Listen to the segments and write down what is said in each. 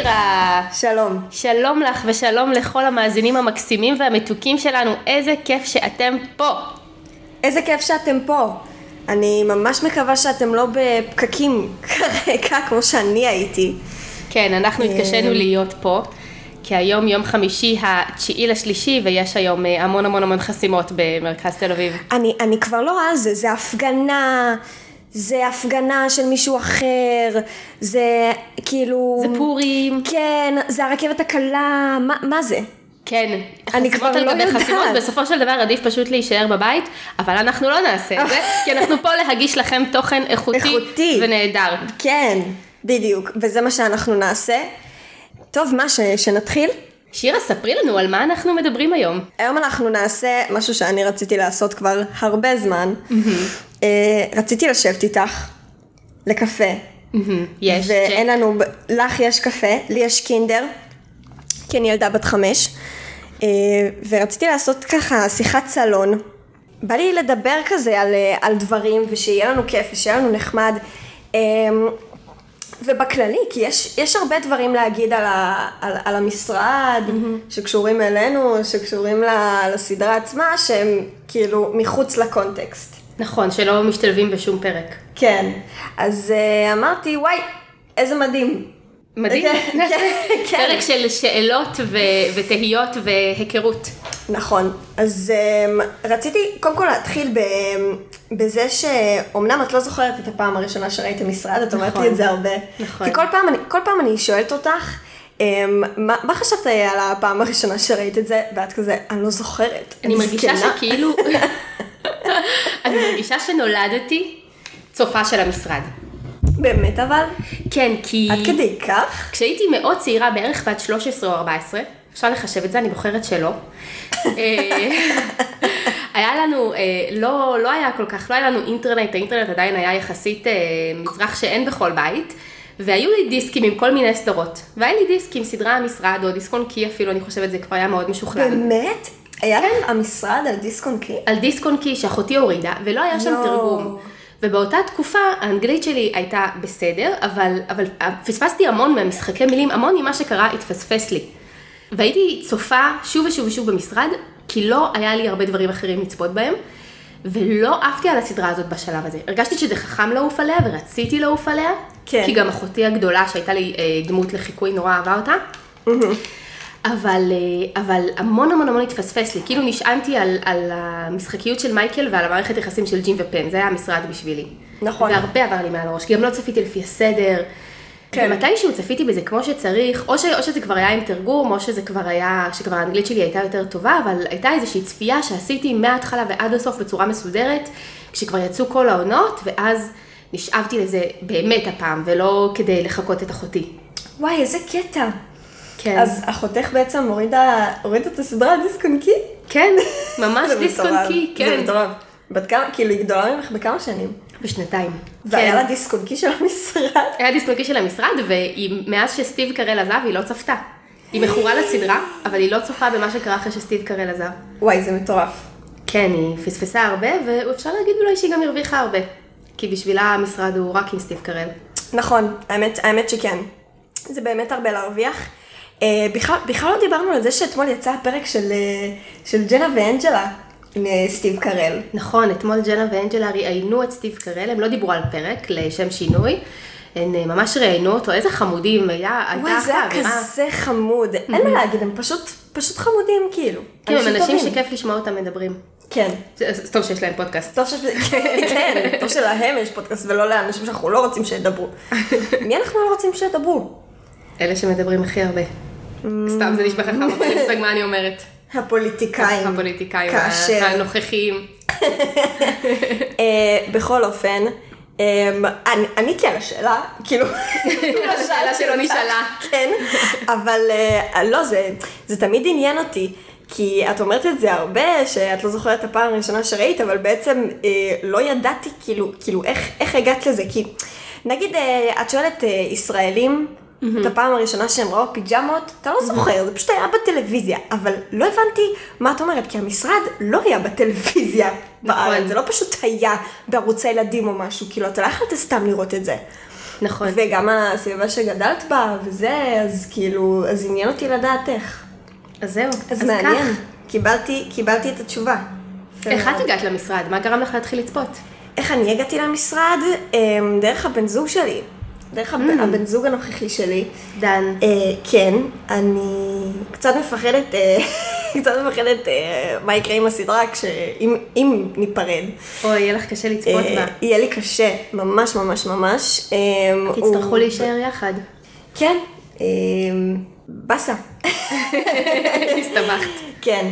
שירה. שלום. שלום לך ושלום לכל המאזינים המקסימים והמתוקים שלנו. איזה כיף שאתם פה. איזה כיף שאתם פה. אני ממש מקווה שאתם לא בפקקים כרגע כמו שאני הייתי. כן, אנחנו התקשינו להיות פה, כי היום יום חמישי ה9/3 ויש היום המון חסימות במרכז תל אביב. אני כבר לא על זה, זה הפגנה של מישהו אחר, זה כאילו... זה פורים. כן, זה הרכבת הקלה, מה זה? כן, אני כבר לא יודעת. חסימות, בסופו של דבר עדיף פשוט להישאר בבית, אבל אנחנו לא נעשה את זה, כי אנחנו פה להגיש לכם תוכן איכותי ונהדר. כן, בדיוק, וזה מה שאנחנו נעשה. טוב, שנתחיל? שירה, ספרי לנו על מה אנחנו מדברים היום. היום אנחנו נעשה משהו שאני רציתי לעשות כבר הרבה זמן. רציתי לשבת איתך לקפה. יש. ואין לנו, לך יש קפה, לי יש קינדר, כי אני ילדה בת 5. ורציתי לעשות ככה שיחת סלון. בא לי לדבר כזה על דברים, ושיהיה לנו כיף, ושיהיה לנו נחמד. ובכללי, כי יש הרבה דברים להגיד על המשרד, שקשורים אלינו, שקשורים לסדרה עצמה, שהם כאילו מחוץ לקונטקסט. נכון, שלא משתלבים בשום פרק. כן, אז אמרתי, וואי, איזה מדהים. מדהים, פרק של שאלות ותהיות והיכרות. נכון, אז רציתי קודם כל להתחיל בזה שאומנם את לא זוכרת את הפעם הראשונה שראית המשרד, את אומרת לי את זה הרבה. נכון. כי כל פעם אני שואלת אותך, מה חשבת על הפעם הראשונה שראית את זה, ואת כזה, אני לא זוכרת. אני מרגישה שכאילו, אני מרגישה שנולדתי צופה של המשרד. באמת אבל? כן, כי... עד כדי כך? כשהייתי מאוד צעירה, בערך בת 13 או 14, אפשר לחשב את זה, אני בוחרת שלא. היה לנו, לא היה כל כך, לא היה לנו אינטרנט, האינטרנט עדיין היה יחסית מצרך שאין בכל בית, והיו לי דיסקים עם כל מיני סדרות, והיה לי דיסק עם סדרה המשרד, או דיסק און קי אפילו, אני חושבת, זה כבר היה מאוד משוכלל. באמת? היה לך המשרד על דיסק און קי? על דיסק און קי שאחותי הורידה, ולא היה שם תרגום. ובאותה תקופה האנגלית שלי הייתה בסדר, אבל פספסתי המון מהמשחקי מילים, המון ממה שקרה התפספס לי. והייתי צופה שוב ושוב במשרד, כי לא היה לי הרבה דברים אחרים לצפות בהם, ולא עפתי על הסדרה הזאת בשלב הזה. הרגשתי שזה חכם לעוף עליה, ורציתי לעוף עליה, כן. כי גם אחותי הגדולה שהייתה לי דמות לחיקוי נורא אהבה אותה. אבל המון התפספס לי, כאילו נשענתי על המשחקיות של מייקל ועל המערכת יחסים של ג'ים ופן, זה היה המשרד בשבילי. נכון. והרבה עבר לי מעל הראש, כי גם לא צפיתי לפי הסדר, כן. ומתישהו צפיתי בזה כמו שצריך, או שזה כבר היה עם תרגום, או שזה כבר היה, שכבר האנגלית שלי הייתה יותר טובה, אבל הייתה איזושהי צפייה שעשיתי מההתחלה ועד הסוף בצורה מסודרת, כשכבר יצאו כל העונות, ואז נשאבתי לזה באמת הפעם, ולא כדי לחכות את אחותי. וואי, איזה קטע. כן. אז אחותך בעצם הורידה את הסדרה דיסק און קי? כן, ממש דיסק און קי, כן. זה מטורף. כאילו היא גדולה ממך בכמה שנים? בשנתיים. והיה לה דיסק און קי של המשרד? היה דיסק און קי של המשרד, ומאז שסטיב קרל עזב היא לא צפתה. היא מכורה לסדרה, אבל היא לא צופה במה שקרה אחרי שסטיב קרל עזב. וואי, זה מטורף. כן, היא פספסה הרבה, ואפשר להגיד אולי שהיא גם הרוויחה הרבה. כי בשבילה המשרד הוא רק עם סטיב קרל. נכון, האמת שכן. זה באמת הרבה להרוויח. בכלל לא דיברנו על זה שאתמול יצא הפרק של ג'נה ואנג'לה עם סטיב קרל. נכון, אתמול ג'נה ואנג'לה ראיינו את סטיב קרל, הם לא דיברו על פרק לשם שינוי, הם ממש ראיינו אותו, איזה חמודים, וואי, זה היה כזה חמוד, אין מה להגיד, הם פשוט חמודים כאילו. כאילו, הם אנשים שכיף לשמוע אותם מדברים. כן. טוב שיש להם פודקאסט. כן, טוב שלהם יש פודקאסט ולא לאנשים שאנחנו לא רוצים שידברו. מי אנחנו לא רוצים שידברו? אלה שמדברים הכי הרבה. סתם זה נשמע חכם, אבל אני חושב מה אני אומרת. הפוליטיקאים. הנוכחים. בכל אופן, עניתי על השאלה, כאילו, השאלה שלא נשאלה. כן, אבל לא, זה תמיד עניין אותי, כי את אומרת את זה הרבה, שאת לא זוכרת את הפעם הראשונה שראית, אבל בעצם לא ידעתי, כאילו, איך הגעת לזה, כי נגיד, את שואלת ישראלים, את הפעם הראשונה שהם ראו פיג'מות, אתה לא זוכר, זה פשוט היה בטלוויזיה, אבל לא הבנתי מה את אומרת, כי המשרד לא היה בטלוויזיה בארץ, זה לא פשוט היה בערוץ הילדים או משהו, כאילו אתה לא יכולת סתם לראות את זה. נכון. וגם הסביבה שגדלת בה, וזה, אז כאילו, אז עניין אותי לדעת איך. אז זהו, אז מעניין. קיבלתי את התשובה. איך את הגעת למשרד? מה גרם לך להתחיל לצפות? איך אני הגעתי למשרד? דרך הבן זוג שלי. דרך הבן זוג הנוכחי שלי. דן. כן, אני קצת מפחדת, מה יקרה עם הסדרה אם ניפרד. או יהיה לך קשה לצפות בה. יהיה לי קשה, ממש ממש ממש. תצטרכו להישאר יחד. כן, בסה. הסתבכת. כן.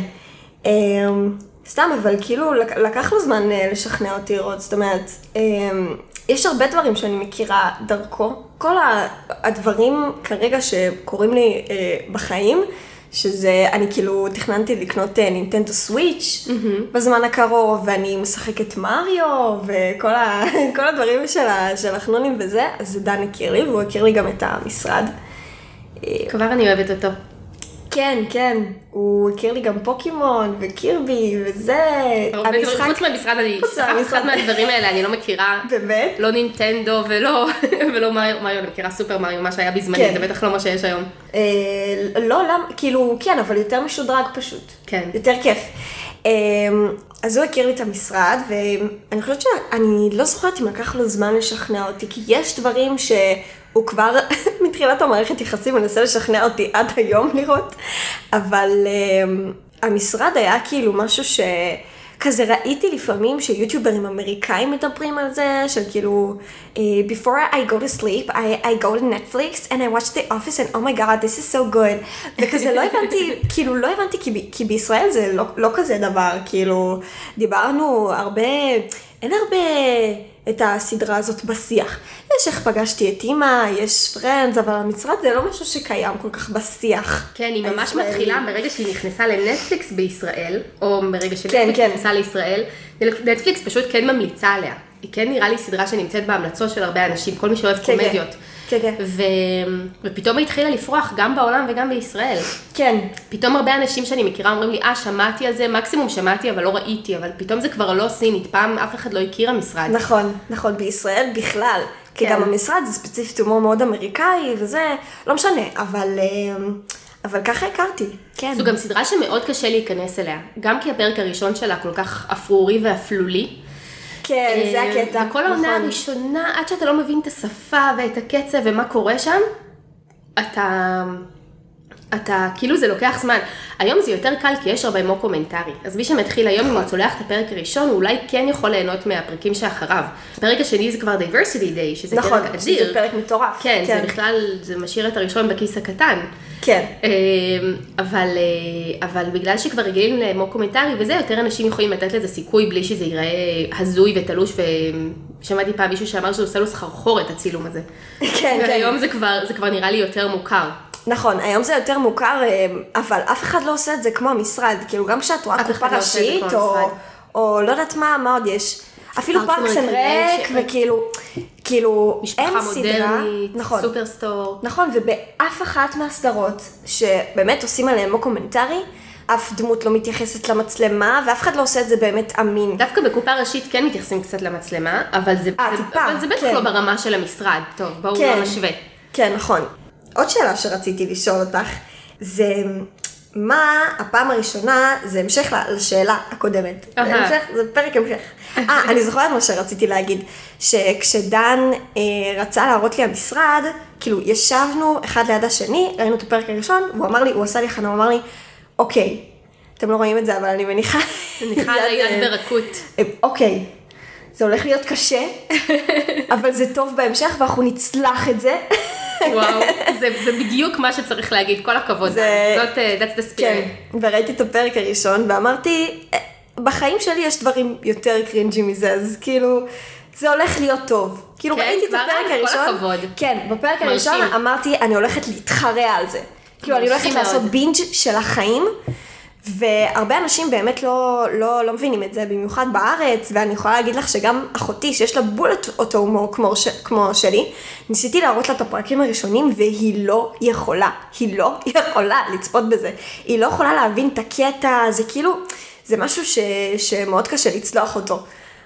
סתם, אבל כאילו לקח לו זמן לשכנע אותי לראות, זאת אומרת, יש הרבה דברים שאני מכירה דרכו, כל הדברים כרגע שקורים לי בחיים, שזה, אני כאילו תכננתי לקנות נינטנדו סוויץ' בזמן הקרוב, ואני משחקת מריו, וכל הדברים של החנונים וזה, אז זה דן הכיר לי, והוא הכיר לי גם את המשרד. כבר אני אוהבת אותו. כן, כן, הוא הכיר לי גם פוקימון וקירבי וזה. חוץ מהמשרד, אחד מהדברים האלה אני לא מכירה. באמת? לא נינטנדו ולא מריו, אני מכירה סופר מריו, מה שהיה בזמני, זה בטח לא מה שיש היום. לא, כאילו, כן, אבל יותר משודרג פשוט. כן. יותר כיף. אז הוא הכיר לי את המשרד, ואני חושבת שאני לא זוכרת אם לקח לו זמן לשכנע אותי, כי יש דברים שהוא כבר מתחילת המערכת יחסים מנסה לשכנע אותי עד היום לראות, אבל המשרד היה כאילו משהו כזה ראיתי לפעמים שיוטיוברים אמריקאים מדברים על זה, של כאילו, before I go to sleep, I go to Netflix and I watch The Office and oh my god, this is so good. וכזה לא הבנתי, כי בישראל זה לא כזה דבר, כאילו, דיברנו הרבה, אין הרבה את הסדרה הזאת בשיח. יש איך פגשתי את אמא, יש פרנדס, אבל המשרד זה לא משהו שקיים כל כך בשיח. כן, היא ממש מתחילה ברגע שהיא נכנסה לנטפליקס בישראל, או ברגע שנטפליקס נכנסה לישראל, נטפליקס פשוט כן ממליצה עליה. היא כן נראה לי סדרה שנמצאת בהמלצות של הרבה אנשים, כל מי שאוהב קומדיות. כן. ופתאום היא התחילה לפרוח גם בעולם וגם בישראל. כן. פתאום הרבה אנשים שאני מכירה אומרים לי, שמעתי על זה, מקסימום שמעתי אבל לא ראיתי, אבל פתאום זה כבר לא סינית, פעם אף אחד לא הכיר המשרד. נכון, בישראל בכלל. כי גם המשרד זה ספציפית הומור מאוד אמריקאי וזה, לא משנה, אבל ככה הכרתי, כן. זו גם סדרה שמאוד קשה להיכנס אליה, גם כי הפרק הראשון שלה כל כך אפרורי ואפלולי. כן, זה הקטע. וכל העונה הראשונה, עד שאתה לא מבין את השפה ואת הקצב ומה קורה שם, אתה, כאילו זה לוקח זמן. היום זה יותר קל כי יש הרבה מוקומנטרי. אז מי שמתחיל היום, אם הוא צולח את הפרק הראשון, הוא אולי כן יכול ליהנות מהפרקים שאחריו. הפרק השני זה כבר diversity day, שזה פרק אדיר. שזה פרק מטורף. כן, זה בכלל, זה משאיר את הראשון בכיס הקטן. כן. אבל בגלל שכבר רגילים למוקומנטרי וזה, יותר אנשים יכולים לתת לזה סיכוי בלי שזה ייראה הזוי ותלוש, ושמעתי פעם מישהו שאמר שזה עושה לו סחרחורת הצילום הזה. כן. והיום זה כבר נראה לי יותר מוכר. נכון, היום זה יותר מוכר, אבל אף אחד לא עושה את זה כמו המשרד, כאילו גם כשאת רואה קופה ראשית, או לא יודעת מה עוד יש, אפילו פארקס אנד ריק, וכאילו, אין סדרה, משפחה מודרנית, סופרסטור. נכון, ובאף אחת מהסדרות שבאמת עושים עליהם מוקומנטרי, אף דמות לא מתייחסת למצלמה, ואף אחד לא עושה את זה באמת אמין. דווקא בקופה ראשית כן מתייחסים קצת למצלמה, אבל זה בטח לא ברמה של המשרד, טוב, בואו לא נשווה. כן, נכון. עוד שאלה שרציתי לשאול אותך, זה מה הפעם הראשונה, זה המשך לשאלה הקודמת. זה פרק המשך. אני זוכרת מה שרציתי להגיד, שכשדן רצה להראות לי המשרד, כאילו ישבנו אחד ליד השני, ראינו את הפרק הראשון, והוא אמר לי, הוא עשה לי חנה, הוא אמר לי, אוקיי, אתם לא רואים את זה, אבל אני מניחה על היד ברכות. אוקיי, זה הולך להיות קשה, אבל זה טוב בהמשך, ואנחנו נצלח את זה. וואו, זה בדיוק מה שצריך להגיד, כל הכבוד. That's the spirit. כן, וראיתי את הפרק הראשון, ואמרתי, בחיים שלי יש דברים יותר קרינג'י מזה, אז כאילו, זה הולך להיות טוב. כאילו, ראיתי את הפרק הראשון. כן, בפרק הראשון אמרתי, אני הולכת להתחרע על זה. כאילו, אני הולכת לעשות בינג' של החיים, והרבה אנשים באמת לא מבינים את זה, במיוחד בארץ, ואני יכולה להגיד לך שגם אחותי, שיש לה בול אותו הומור כמו שלי, ניסיתי להראות לה את הפרקים הראשונים, והיא לא יכולה לצפות בזה. היא לא יכולה להבין את הקטע, זה כאילו, זה משהו שמאוד קשה לצלוח אותו.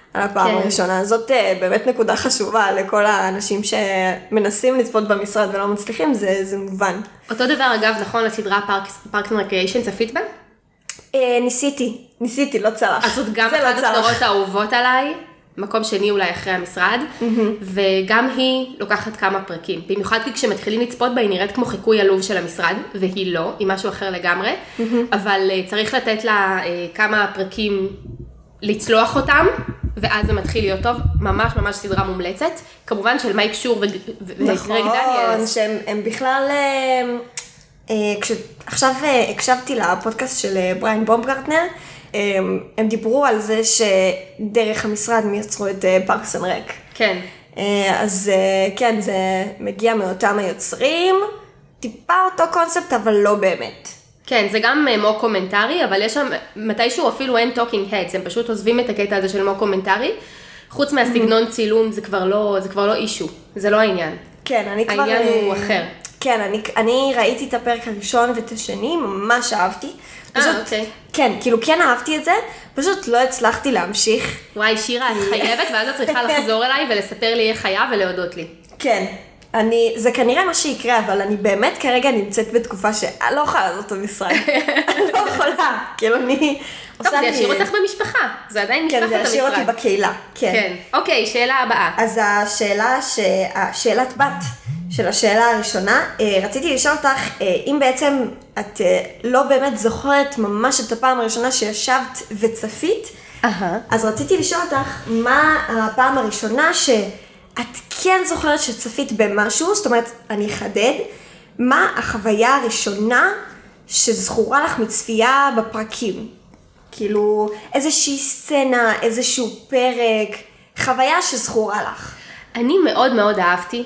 על הפעם הראשונה. זאת באמת נקודה חשובה לכל האנשים שמנסים לצפות במשרד ולא מצליחים, זה מובן. אותו דבר אגב, נכון, לסדרה Parks and Recreation, צפית בה? ניסיתי, לא צלח. אז זאת גם אחת הסדרות האהובות עליי, מקום שני אולי אחרי המשרד, וגם היא לוקחת כמה פרקים. במיוחד כי כשמתחילים לצפות בה, היא נראית כמו חיקוי עלוב של המשרד, והיא לא, היא משהו אחר לגמרי, אבל צריך לתת לה כמה פרקים לצלוח אותם, ואז זה מתחיל להיות טוב, ממש ממש סדרה מומלצת, כמובן של מייק שור וגרג דניאלס. נכון, שהם בכלל, עכשיו הקשבתי לפודקאסט של בריין בומגרטנר, הם דיברו על זה שדרך המשרד הם יצרו את פארקס אנד רק. כן. אז כן, זה מגיע מאותם היוצרים, טיפה אותו קונספט, אבל לא באמת. כן, זה גם מוקומנטרי, אבל יש שם, מתישהו אפילו אין טוקינג הדס, הם פשוט עוזבים את הקטע הזה של מוקומנטרי, חוץ מהסגנון צילום זה כבר לא אישו, זה לא העניין. כן, אני כבר... העניין הוא אחר. כן, אני ראיתי את הפרק הראשון ואת השני, ממש אהבתי. אוקיי. כן, כאילו כן אהבתי את זה, פשוט לא הצלחתי להמשיך. וואי, שירה, את חייבת, ואז את צריכה לחזור אליי ולספר לי איך היה ולהודות לי. כן, זה כנראה מה שיקרה, אבל אני באמת כרגע נמצאת בתקופה שאני לא יכולה לעשות את המשרד. אני לא יכולה, כאילו אני... טוב, זה ישאיר אותך במשפחה, זה עדיין משפחת המשרד. כן, זה ישאיר אותי בקהילה, כן. אוקיי, שאלה הבאה. אז השאלת בת של השאלה הראשונה, רציתי לשאול אותך, אם בעצם את לא באמת זוכרת ממש את הפעם הראשונה שישבת וצפית, אז רציתי לשאול אותך, מה הפעם הראשונה שאת כן זוכרת שצפית במשהו, זאת אומרת, אני אחדד, מה החוויה הראשונה שזכורה לך מצפייה בפרקים? כאילו, איזושהי סצנה, איזשהו פרק, חוויה שזכורה לך. אני מאוד מאוד אהבתי.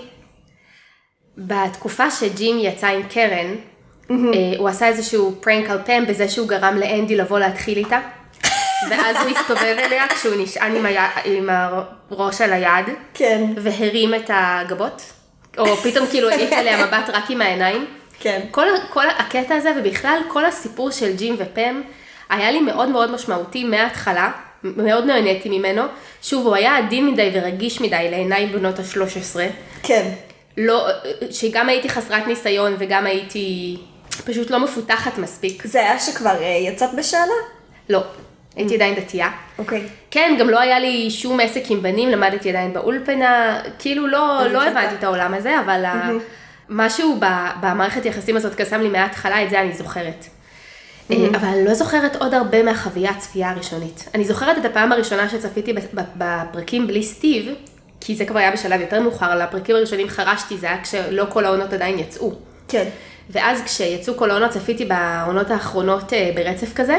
בתקופה שג'ים יצא עם קרן, הוא עשה איזשהו פרנק על פם בזה שהוא גרם לאנדי לבוא להתחיל איתה. ואז הוא הסתובב אליה כשהוא נשען עם הראש על היד. כן. והרים את הגבות. או פתאום כאילו העיף אליה מבט רק עם העיניים. כן. כל הקטע הזה ובכלל כל הסיפור של ג'ים ופם היה לי מאוד מאוד משמעותי מההתחלה. מאוד נהניתי ממנו. שוב, הוא היה עדין מדי ורגיש מדי לעיניי בנות ה-13. כן. לא, שגם הייתי חסרת ניסיון וגם הייתי פשוט לא מפותחת מספיק. זה היה שכבר יצאת בשאלה? לא, הייתי עדיין דתייה. אוקיי. כן, גם לא היה לי שום עסק עם בנים, למדתי עדיין באולפנה, כאילו לא הבנתי את העולם הזה, אבל משהו במערכת יחסים הזאת קסם לי מההתחלה, את זה אני זוכרת. אבל אני לא זוכרת עוד הרבה מהחוויה הצפייה הראשונית. אני זוכרת את הפעם הראשונה שצפיתי בפרקים בלי סטיב, כי זה כבר היה בשלב יותר מאוחר, על הפרקים הראשונים חרשתי, זה היה כשלא כל העונות עדיין יצאו. כן. ואז כשיצאו כל העונות, צפיתי בעונות האחרונות ברצף כזה,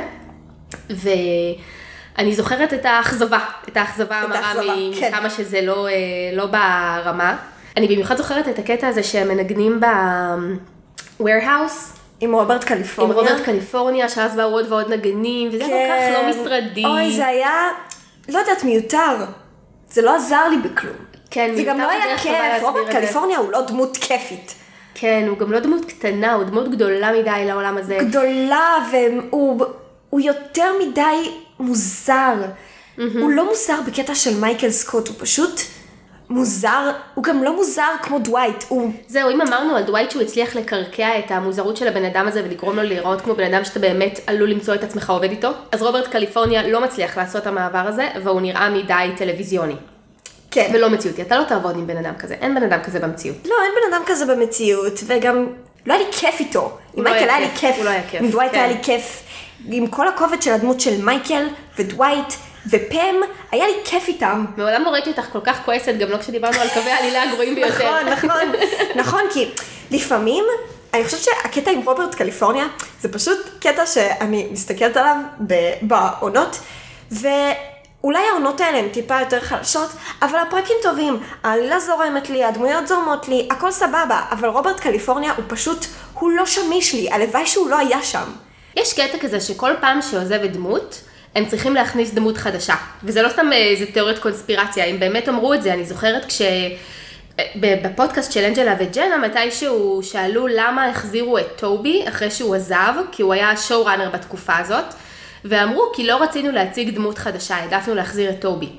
ואני זוכרת את האכזבה המרה מכמה שזה לא ברמה. אני במיוחד זוכרת את הקטע הזה שהם מנגנים ב-Warehouse, עם רוברט קליפורניה. שאז באו עוד ועוד נגנים, וזה כל כך לא משרדי. אוי, זה היה, לא יודעת, מיותר. זה לא עזר לי בכלום. כן, זה גם לא היה כיף. רוברט קליפורניה הוא לא דמות כיפית. כן, הוא גם לא דמות קטנה, הוא דמות גדולה מדי לעולם הזה. גדולה, והוא יותר מדי מוזר. הוא לא מוזר בקטע של מייקל סקוט, הוא פשוט מוזר, הוא גם לא מוזר כמו דווייט. זהו, אם אמרנו על דווייט שהוא הצליח לקרקע את המוזרות של הבן אדם הזה ולגרום לו להיראות כמו בן אדם שאתה באמת עלול למצוא את עצמך עובד איתו, אז רוברט קליפורניה לא מצליח לעשות את המעבר הזה, והוא נראה מדי טלוויזיוני. כן. ולא מציאותי, אתה לא תעבוד עם בן אדם כזה, אין בן אדם כזה במציאות. לא, אין בן אדם כזה במציאות, וגם לא היה לי כיף איתו. עם מייקל היה לי כיף, עם דווייט היה לי כיף, עם כל הכובד של הדמות של מייקל ודווייט, ופם, היה לי כיף איתם. מעולם לא ראיתי אותך כל כך כועסת, גם לא כשדיברנו על קווי העלילה הגרועים ביותר. נכון, כי לפעמים, אני חושבת שהקטע עם רוברט קליפורניה, זה פשוט קטע שאני מסתכלת עליו בעונות, ואולי העונות האלה הן טיפה יותר חלשות, אבל הפרקים טובים, העלילה זורמת לי, הדמויות זורמות לי, הכל סבבה, אבל רוברט קליפורניה הוא פשוט, הוא לא שמיש לי, הלוואי שהוא לא היה שם. יש קטע כזה שכל פעם שעוזבת דמות, הם צריכים להכניס דמות חדשה. וזה לא סתם איזה תיאוריית קונספירציה, הם באמת אמרו את זה. אני זוכרת בפודקאסט של אנג'לה וג'נה, מתישהו שאלו למה החזירו את טובי אחרי שהוא עזב, כי הוא היה שואו-ראנר בתקופה הזאת, ואמרו כי לא רצינו להציג דמות חדשה, העדפנו להחזיר את טובי.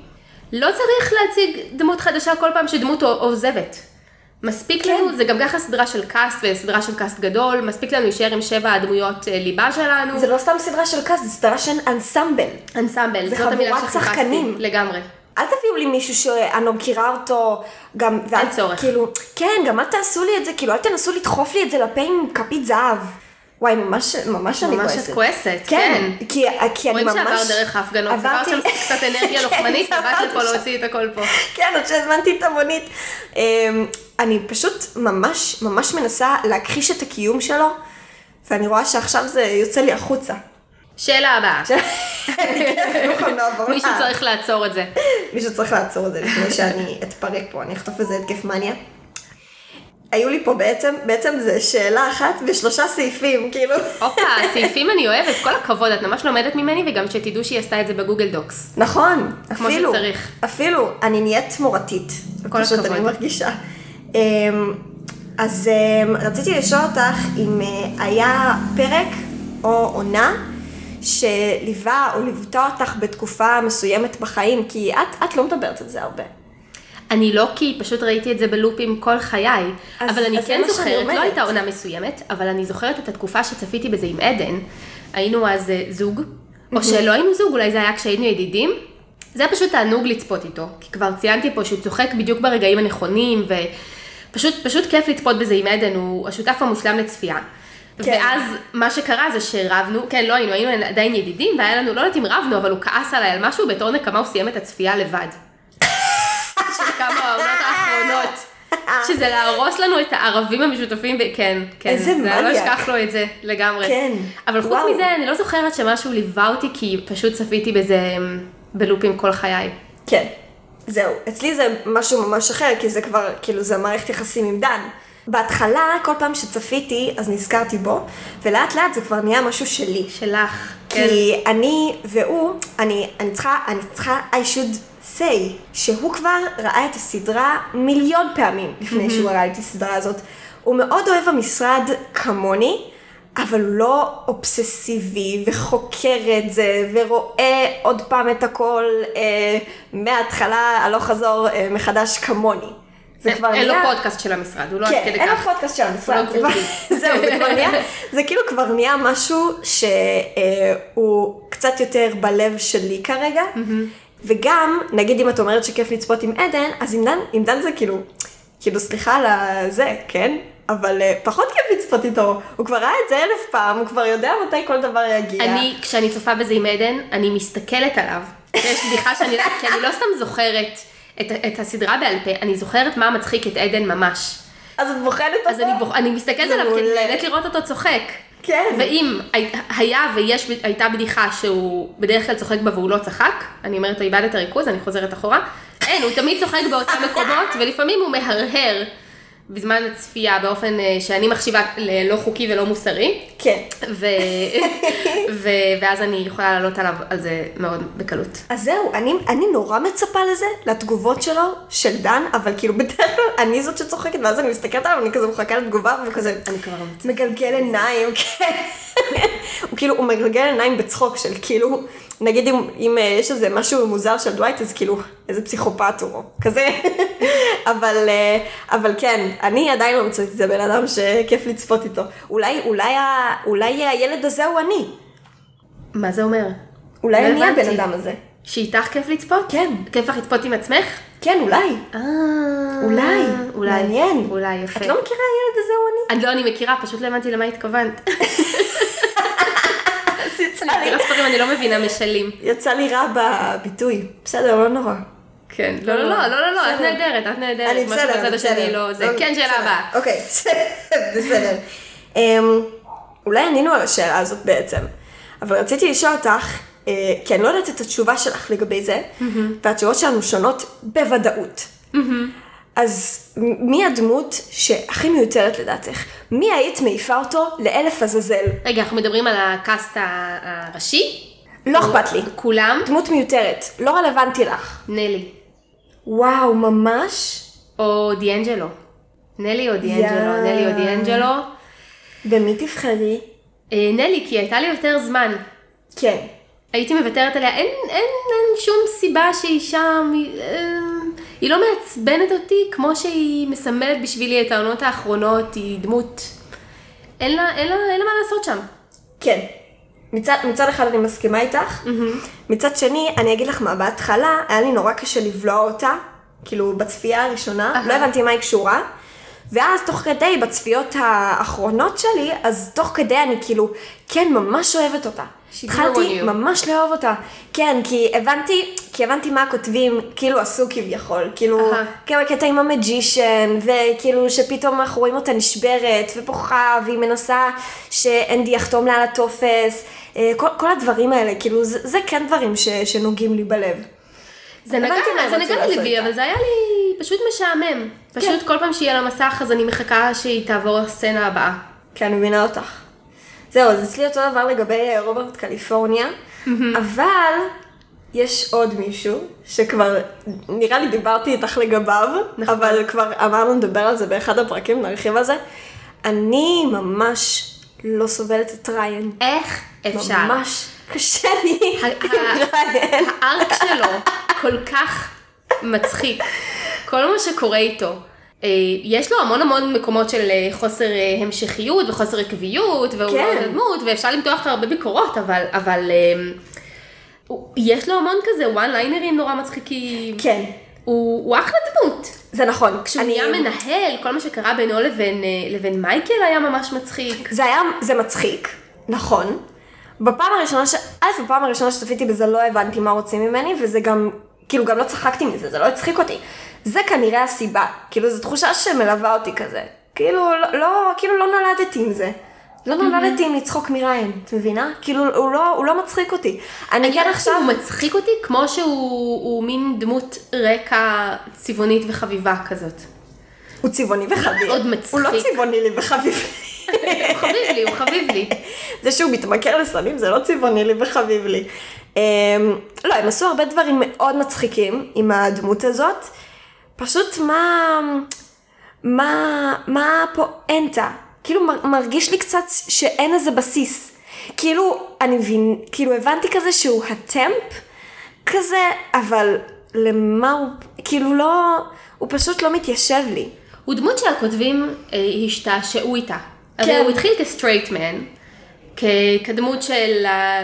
לא צריך להציג דמות חדשה כל פעם שדמות עוזבת. מספיק לנו, זה גם ככה סדרה של קאסט וסדרה של קאסט גדול, מספיק לנו להישאר עם 7 הדמויות ליבה שלנו. זה לא סתם סדרה של קאסט, זה סדרה של אנסמבל. אנסמבל, זאת המילה שחיפשתי, לגמרי. אל תביאו לי מישהו שאני לא מכירה אותו, גם, אין צורך. כאילו, כן, גם אל תעשו לי את זה, כאילו, אל תנסו לדחוף לי את זה לפה עם כפית זהב. וואי, ממש אני כועסת. ממש את כועסת, כן. כי אני ממש... רואים שעבר דרך ההפגנות, עבר שם קצת אנרגיה לוחמנית, ובאת לפה להוציא את הכל פה. כן, עוד שהזמנתי את המונית. אני פשוט ממש מנסה להכחיש את הקיום שלו, ואני רואה שעכשיו זה יוצא לי החוצה. שאלה הבאה. מישהו צריך לעצור את זה. מישהו צריך לעצור את זה לפני שאני אתפרק פה, אני אכתוב איזה התקף מניה. היו לי פה בעצם זה שאלה אחת ו3 סעיפים, כאילו. אופה, סעיפים אני אוהבת, כל הכבוד, את ממש לומדת ממני, וגם שתדעו שהיא עשתה את זה בגוגל דוקס. נכון, כמו שצריך. אפילו, אני נהיית מורתית. כל הכבוד. אני מרגישה. אז רציתי לשאול אותך אם היה פרק או עונה, שליווה או ליוותה אותך בתקופה מסוימת בחיים, כי את לא מדברת על זה הרבה. אני לא, כי פשוט ראיתי את זה בלופים כל חיי, אבל אני כן זוכרת, לא הייתה עונה מסוימת, אבל אני זוכרת את התקופה שצפיתי בזה עם עדן, היינו אז זוג, או שלא היינו זוג, אולי זה היה כשהיינו ידידים, זה היה פשוט תענוג לצפות איתו, כי כבר ציינתי פה שהוא צוחק בדיוק ברגעים הנכונים, ופשוט כיף לצפות בזה עם עדן, הוא השותף המושלם לצפייה. כן. ואז מה שקרה זה שרבנו, כן, לא היינו עדיין ידידים, והיה לנו, לא יודעת אם רבנו, אבל הוא כעס עליי על משהו, בתור נקמה הוא סיים את הצפייה לבד. של כמה העונות האחרונות, שזה להרוס לנו את הערבים המשותפים, כן, איזה מניאק. לא אשכח לו את זה לגמרי. כן. אבל חוץ מזה, אני לא זוכרת שמשהו ליווה אותי, כי פשוט צפיתי בזה בלופים כל חיי. כן, זהו. אצלי זה משהו ממש אחר, כי זה כבר, כאילו, זה מערכת יחסים עם דן. בהתחלה, כל פעם שצפיתי, אז נזכרתי בו, ולאט לאט זה כבר נהיה משהו שלי. שלך, כן. כי אני והוא, אני צריכה, I should say, שהוא כבר ראה את הסדרה מיליון פעמים לפני שהוא ראה את הסדרה הזאת. הוא מאוד אוהב המשרד כמוני, אבל לא אובססיבי וחוקר את זה, ורואה עוד פעם את הכל מההתחלה, הלוך חזור מחדש כמוני. אין לו פודקאסט של המשרד, הוא לא עד כדי כך. כן, אין לו פודקאסט של המשרד. זהו, זה כאילו כבר נהיה משהו שהוא קצת יותר בלב שלי כרגע, וגם, נגיד אם את אומרת שכיף לצפות עם עדן, אז עם דן זה כאילו סליחה על זה, כן? אבל פחות כיף לצפות איתו, הוא כבר ראה את זה 1000 פעם, הוא כבר יודע מתי כל דבר יגיע. כשאני צופה בזה עם עדן, אני מסתכלת עליו. יש בדיחה כי אני לא סתם זוכרת את הסדרה בעל פה, אני זוכרת מה מצחיק את עדן ממש. אז את בוחנת אותו? אז אני מסתכלת עליו, כי נהנית לראות אותו צוחק. כן. ואם הייתה בדיחה שהוא בדרך כלל צוחק בה והוא לא צחק, אני אומרת, איבד את הריכוז, אני חוזרת אחורה. אין, הוא תמיד צוחק באותם מקומות, ולפעמים הוא מהרהר בזמן הצפייה, באופן שאני מחשיבה לא חוקי ולא מוסרי. כן. ואז אני יכולה לעלות עליו על זה מאוד בקלות. אז זהו, אני נורא מצפה לזה, לתגובות שלו, של דן, אבל כאילו בדרך כלל אני זאת שצוחקת, ואז אני מסתכלת עליו, אני כזה מחכה לתגובה, וכזה אני כבר מגלגל עיניים, כן. הוא מגלגל עיניים בצחוק של כאילו, נגיד אם יש איזה משהו מוזר של דווייט, אז כאילו, איזה פסיכופת הוא, כזה. אבל כן, אני עדיין לא מצאתי את זה בן אדם שכיף לצפות איתו. אולי הילד הזה הוא אני. מה זה אומר? אולי אני הבן אדם הזה. שאיתך כיף לצפות? כן. כיף לך לצפות עם עצמך? כן, אולי. אולי. מעניין. אולי, יפה. את לא מכירה הילד הזה הוא אני? אני מכירה, פשוט לא הבנתי למה התכוונת. אני מכירה ספרים, אני לא מבינה משלים. יצא לי רע בביטוי. בסדר, לא נורא. כן, לא, את נהדרת. אני בסדר. משהו בצד השני לא זה. כן, שאלה הבאה. אוקיי, בסדר. אולי ענינו על השאלה הזאת בעצם, אבל רציתי לשאול אותך, כי אני לא יודעת את התשובה שלך לגבי זה, והתשובות שלנו שונות בוודאות. אז מי הדמות שהכי מיותרת לדעתך? מי היית מעיפה אותו לאלף עזאזל? רגע, אנחנו מדברים על הקאסט הראשי? לא אכפת לי. כולם? דמות מיותרת, לא רלוונטי לך. נלי. וואו, ממש? או דיאנג'לו. נלי או דיאנג'לו. במי תבחרי? נלי, כי הייתה לי יותר זמן. כן. הייתי מוותרת עליה, אין שום סיבה שהיא שם, היא לא מעצבנת אותי כמו שהיא מסמלת בשבילי את העונות האחרונות, היא דמות, אין לה מה לעשות שם. כן, מצד אחד אני מסכימה איתך, מצד שני אני אגיד לך מה, בהתחלה היה לי נורא קשה לבלוע אותה, כאילו בצפייה הראשונה, לא הבנתי מה היא קשורה, ואז תוך כדי בצפיות האחרונות שלי, אז תוך כדי אני כאילו, כן, ממש אוהבת אותה. התחלתי ממש לאהוב אותה. כן, כי הבנתי מה הכותבים, כאילו עשו כביכול, כאילו, קטע עם המג'ישן, וכאילו שפתאום אנחנו רואים אותה נשברת ופוחה, והיא מנסה שאנדי יחתום לה על הטופס, כל הדברים האלה, כאילו, זה כן דברים שנוגעים לי בלב. זה נגע ללבי, אבל זה היה לי פשוט משעמם. פשוט כל פעם שיהיה לה מסך, אז אני מחכה שהיא תעבור הסצנה הבאה. כן, אני מבינה אותך. זהו, אז אצלי אותו דבר לגבי רוברט קליפורניה, אבל יש עוד מישהו שכבר, נראה לי דיברתי איתך לגביו, אבל כבר אמרנו לדבר על זה באחד הפרקים, נרחיב על זה. אני ממש לא סובלת את ריין. איך אפשר? ממש קשה לי עם ריין. הארק שלו כל כך מצחיק. כל מה שקורה איתו. יש לו המון מקומות של חוסר המשכיות וחוסר עקביות, והוא לא דמות, ואפשר למתוח הרבה ביקורות, אבל יש לו המון כזה וואן ליינרים נורא מצחיקים. כן. הוא אחלה דמות. זה נכון. כשהוא נהיה מנהל, כל מה שקרה בינו לבין מייקל היה ממש מצחיק. זה מצחיק, נכון. בפעם הראשונה שצפיתי בזה לא הבנתי מה רוצים ממני, וזה גם, כאילו גם לא צחקתי מזה, זה לא הצחיק אותי. זה כנראה הסיבה, כאילו זו תחושה שמלווה אותי כזה. כאילו לא נולדתי עם זה. לא נולדתי עם לצחוק מריין, את מבינה? כאילו הוא לא מצחיק אותי. אני כן עכשיו... הוא מצחיק אותי כמו שהוא מין דמות רקע צבעונית וחביבה כזאת. הוא צבעוני וחביב. מאוד מצחיק. הוא לא צבעוני לי וחביב לי. הוא חביב לי. זה שהוא מתמכר לסמים, זה לא צבעוני לי וחביב לי. לא, הם עשו הרבה דברים מאוד מצחיקים עם הדמות הזאת. פשוט מה הפואנטה? כאילו מרגיש לי קצת שאין איזה בסיס. כאילו, כאילו הבנתי כזה שהוא הטמפ כזה, אבל למה הוא, כאילו לא, הוא פשוט לא מתיישב לי. הוא דמות שהכותבים השתעשעו איתה. הרי הוא התחיל כסטרייט מן, כדמות של,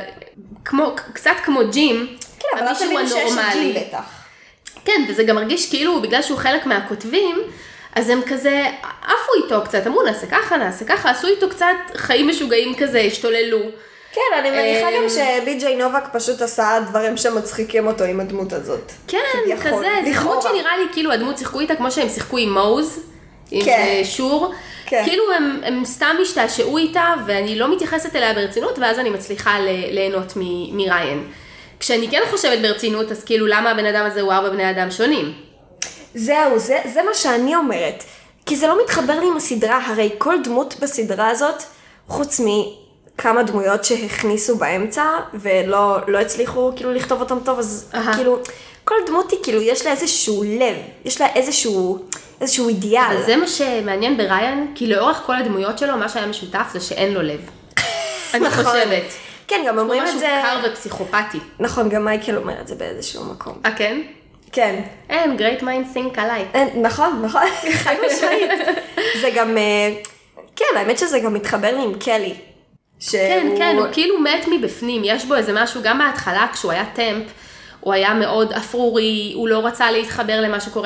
קצת כמו ג'ים, כן, אבל לא תבינו שיש ג'ים בטח. כן, וזה גם מרגיש כאילו, בגלל שהוא חלק מהכותבים, אז הם כזה עפו איתו קצת, אמרו נעשה ככה, עשו איתו קצת חיים משוגעים כזה, השתוללו. כן, אני מניחה גם שבי.ג'יי נובק פשוט עשה דברים שמצחיקים אותו עם הדמות הזאת. כן, כזה, זה דמות שנראה לי כאילו הדמות שיחקו איתה כמו שהם שיחקו עם מוז, עם שור. כאילו הם סתם השתעשעו איתה, ואני לא מתייחסת אליה ברצינות, ואז אני מצליחה ליהנות מריין. כשאני כן חושבת ברצינות, אז כאילו למה הבן אדם הזה הוא 4 בני אדם שונים? זהו, זה מה שאני אומרת. כי זה לא מתחבר לי עם הסדרה, הרי כל דמות בסדרה הזאת, חוץ מכמה דמויות שהכניסו באמצע, ולא הצליחו כאילו לכתוב אותם טוב, אז כאילו, כל דמות היא כאילו, יש לה איזשהו לב, יש לה איזשהו אידיאל. אבל זה מה שמעניין בריין, כי לאורך כל הדמויות שלו, מה שהיה משותף זה שאין לו לב. אני חושבת. כן, גם אומרים את זה... משהו קר ופסיכופתי. נכון, גם מייקל אומר את זה באיזשהו מקום. כן? כן. אין, great mind think alike. נכון, חד משמעית. זה גם, כן, האמת שזה גם מתחבר לי עם קלי. כן, הוא כאילו מת מבפנים, יש בו איזה משהו, גם בהתחלה כשהוא היה טמפ, הוא היה מאוד אפרורי, הוא לא רצה להתחבר למה שקורה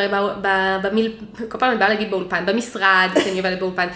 כל פעם אני באה להגיד באולפן, במשרד, כי אני עובדת באולפן.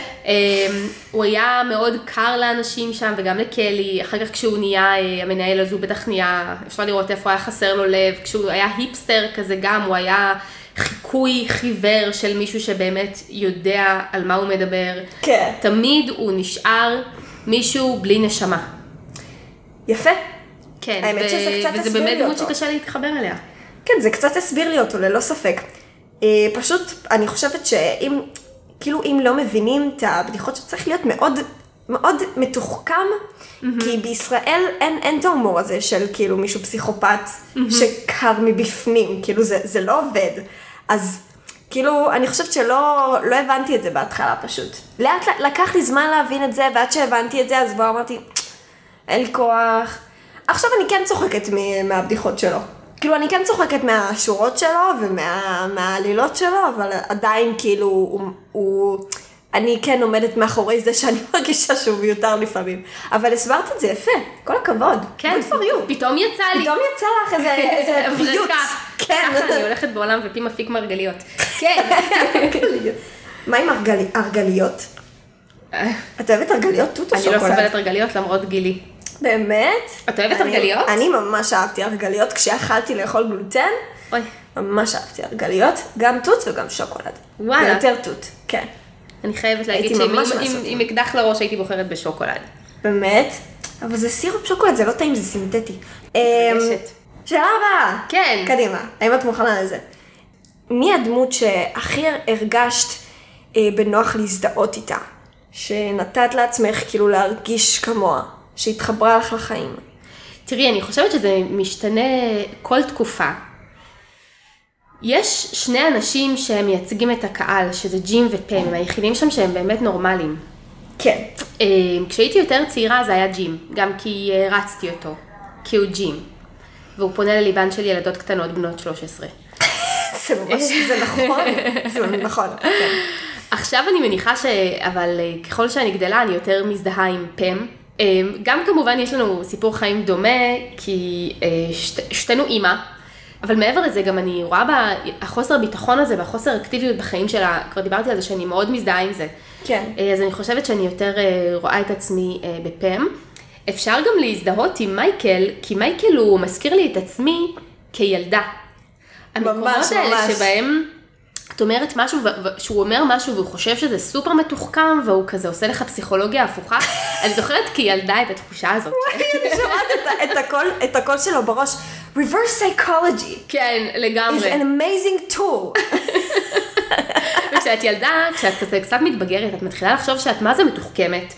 הוא היה מאוד קר לאנשים שם, וגם לקלי, אחר כך כשהוא נהיה המנהל, אז הוא בטח נהיה, אפשר לראות איפה היה חסר לו לב, כשהוא היה היפסטר כזה גם, הוא היה חיקוי חיוור של מישהו שבאמת יודע על מה הוא מדבר. כן. תמיד הוא נשאר מישהו בלי נשמה. יפה. כן, האמת שזה קצת וזה באמת דמות שקשה להתחבר אליה. כן, זה קצת הסביר לי אותו, ללא ספק. פשוט, אני חושבת שאם, כאילו, אם לא מבינים את הבדיחות שצריך להיות מאוד, מאוד מתוחכם, כי בישראל אין את ההומור הזה של כאילו מישהו פסיכופת שקר מבפנים, כאילו זה לא עובד. אז כאילו, אני חושבת שלא הבנתי את זה בהתחלה פשוט. לקח לי זמן להבין את זה, ועד שהבנתי את זה, אז בוא אמרתי, אין לי כוח. עכשיו אני כן צוחקת מהבדיחות שלו. כאילו אני כן צוחקת מהשורות שלו ומהעלילות שלו, אבל עדיין כאילו אני כן עומדת מאחורי זה שאני מרגישה שהוא מיותר לפעמים. אבל הסברת את זה יפה, כל הכבוד. כן, פתאום יצא לי. פתאום יצא לך איזה פיוט. כן. ככה אני הולכת בעולם ופי מפיק מרגליות. כן. מה עם הרגליות? את אוהבת הרגליות תות או שוקולד? אני לא סובלת הרגליות למרות גילי. באמת? את אוהבת הרגליות? אני ממש אהבתי הרגליות כשאכלתי לאכול גלוטן. אוי. ממש אהבתי הרגליות, גם תות וגם שוקולד. וואלה. ויותר תות, כן. אני חייבת להגיד שאם אקדח לראש הייתי בוחרת בשוקולד. באמת? אבל זה סירופ שוקולד, זה לא טעים, זה סינתטי. שאלה הבאה. כן. קדימה, האם את מוכנה לזה? מי הדמות שהכי הרגשת בנוח להזדהות איתה? שנתת לעצמך כאילו להרגיש כמוה, שהתחברה לך לחיים? תראי, אני חושבת שזה משתנה כל תקופה. יש שני אנשים שהם מייצגים את הקהל, שזה ג'ים ופם, הם היחידים שם שהם באמת נורמליים. כן. כשהייתי יותר צעירה זה היה ג'ים, גם כי רצתי אותו, כי הוא ג'ים. והוא פונה לליבן של ילדות קטנות בנות 13. זה ממש, זה נכון, זה נכון. עכשיו אני מניחה אבל ככל שאני גדלה אני יותר מזדהה עם פם. גם כמובן יש לנו סיפור חיים דומה, כי שתינו אימא. אבל מעבר לזה גם אני רואה בחוסר ביטחון הזה והחוסר אקטיביות בחיים שלה, כבר דיברתי על זה שאני מאוד מזדהה עם זה. כן. אז אני חושבת שאני יותר רואה את עצמי בפם. אפשר גם להזדהות עם מייקל, כי מייקל הוא מזכיר לי את עצמי כילדה. ממש, ממש. שבהם את אומרת משהו, שהוא אומר משהו והוא חושב שזה סופר מתוחכם, והוא כזה עושה לך פסיכולוגיה הפוכה. אני זוכרת כילדה את התחושה הזאת. וואי, אני שמעת את הקול שלו בראש. reverse psychology. כן, לגמרי. is an amazing tool. וכשאת ילדה, כשאת קצת מתבגרת, את מתחילה לחשוב שאת מה זה מתוחכמת,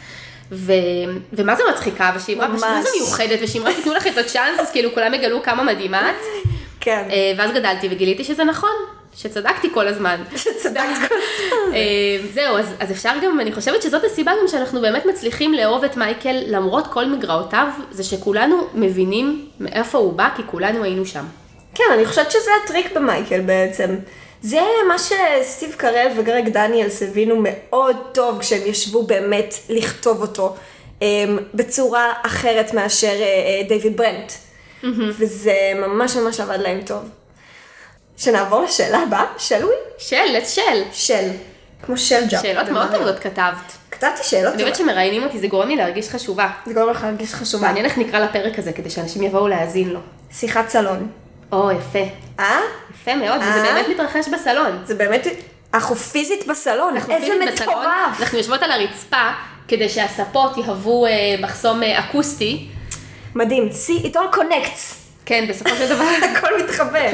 ומה זה מצחיקה, ושאמרה פשוט מה זה מיוחדת, ושאמרה תיתנו לך את הצ'אנס, אז כאילו כולם יגלו כמה מדהימה את. כן. ואז גדלתי וגיליתי שזה נכון. שצדקתי כל הזמן. שצדקת כל הזמן. זהו, אז אפשר גם, אני חושבת שזאת הסיבה גם שאנחנו באמת מצליחים לאהוב את מייקל, למרות כל מגרעותיו, זה שכולנו מבינים מאיפה הוא בא, כי כולנו היינו שם. כן, אני חושבת שזה הטריק במייקל בעצם. זה מה שסטיב קרל וגרג דניאלס הבינו מאוד טוב, כשהם ישבו באמת לכתוב אותו, בצורה אחרת מאשר דיוויד ברנט. וזה ממש ממש עבד להם טוב. שנעבור לשאלה הבאה, שלוי? של. כמו של ג'אפ. שאלות מאוד טובות כתבת. כתבתי שאלות טובות. אני יודעת שמראיינים אותי, זה גורם לי להרגיש חשובה. זה גורם לך להרגיש חשובה. מעניין איך נקרא לפרק הזה, כדי שאנשים יבואו להאזין לו. שיחת סלון. יפה. יפה מאוד, וזה באמת מתרחש בסלון. זה באמת, אנחנו פיזית בסלון, איזה מטורף. אנחנו יושבות על הרצפה, כדי שהספות יהוו מחסום אקוסטי. מדהים, see it all connects. כן, בסופו של דבר. הכל מתחבר.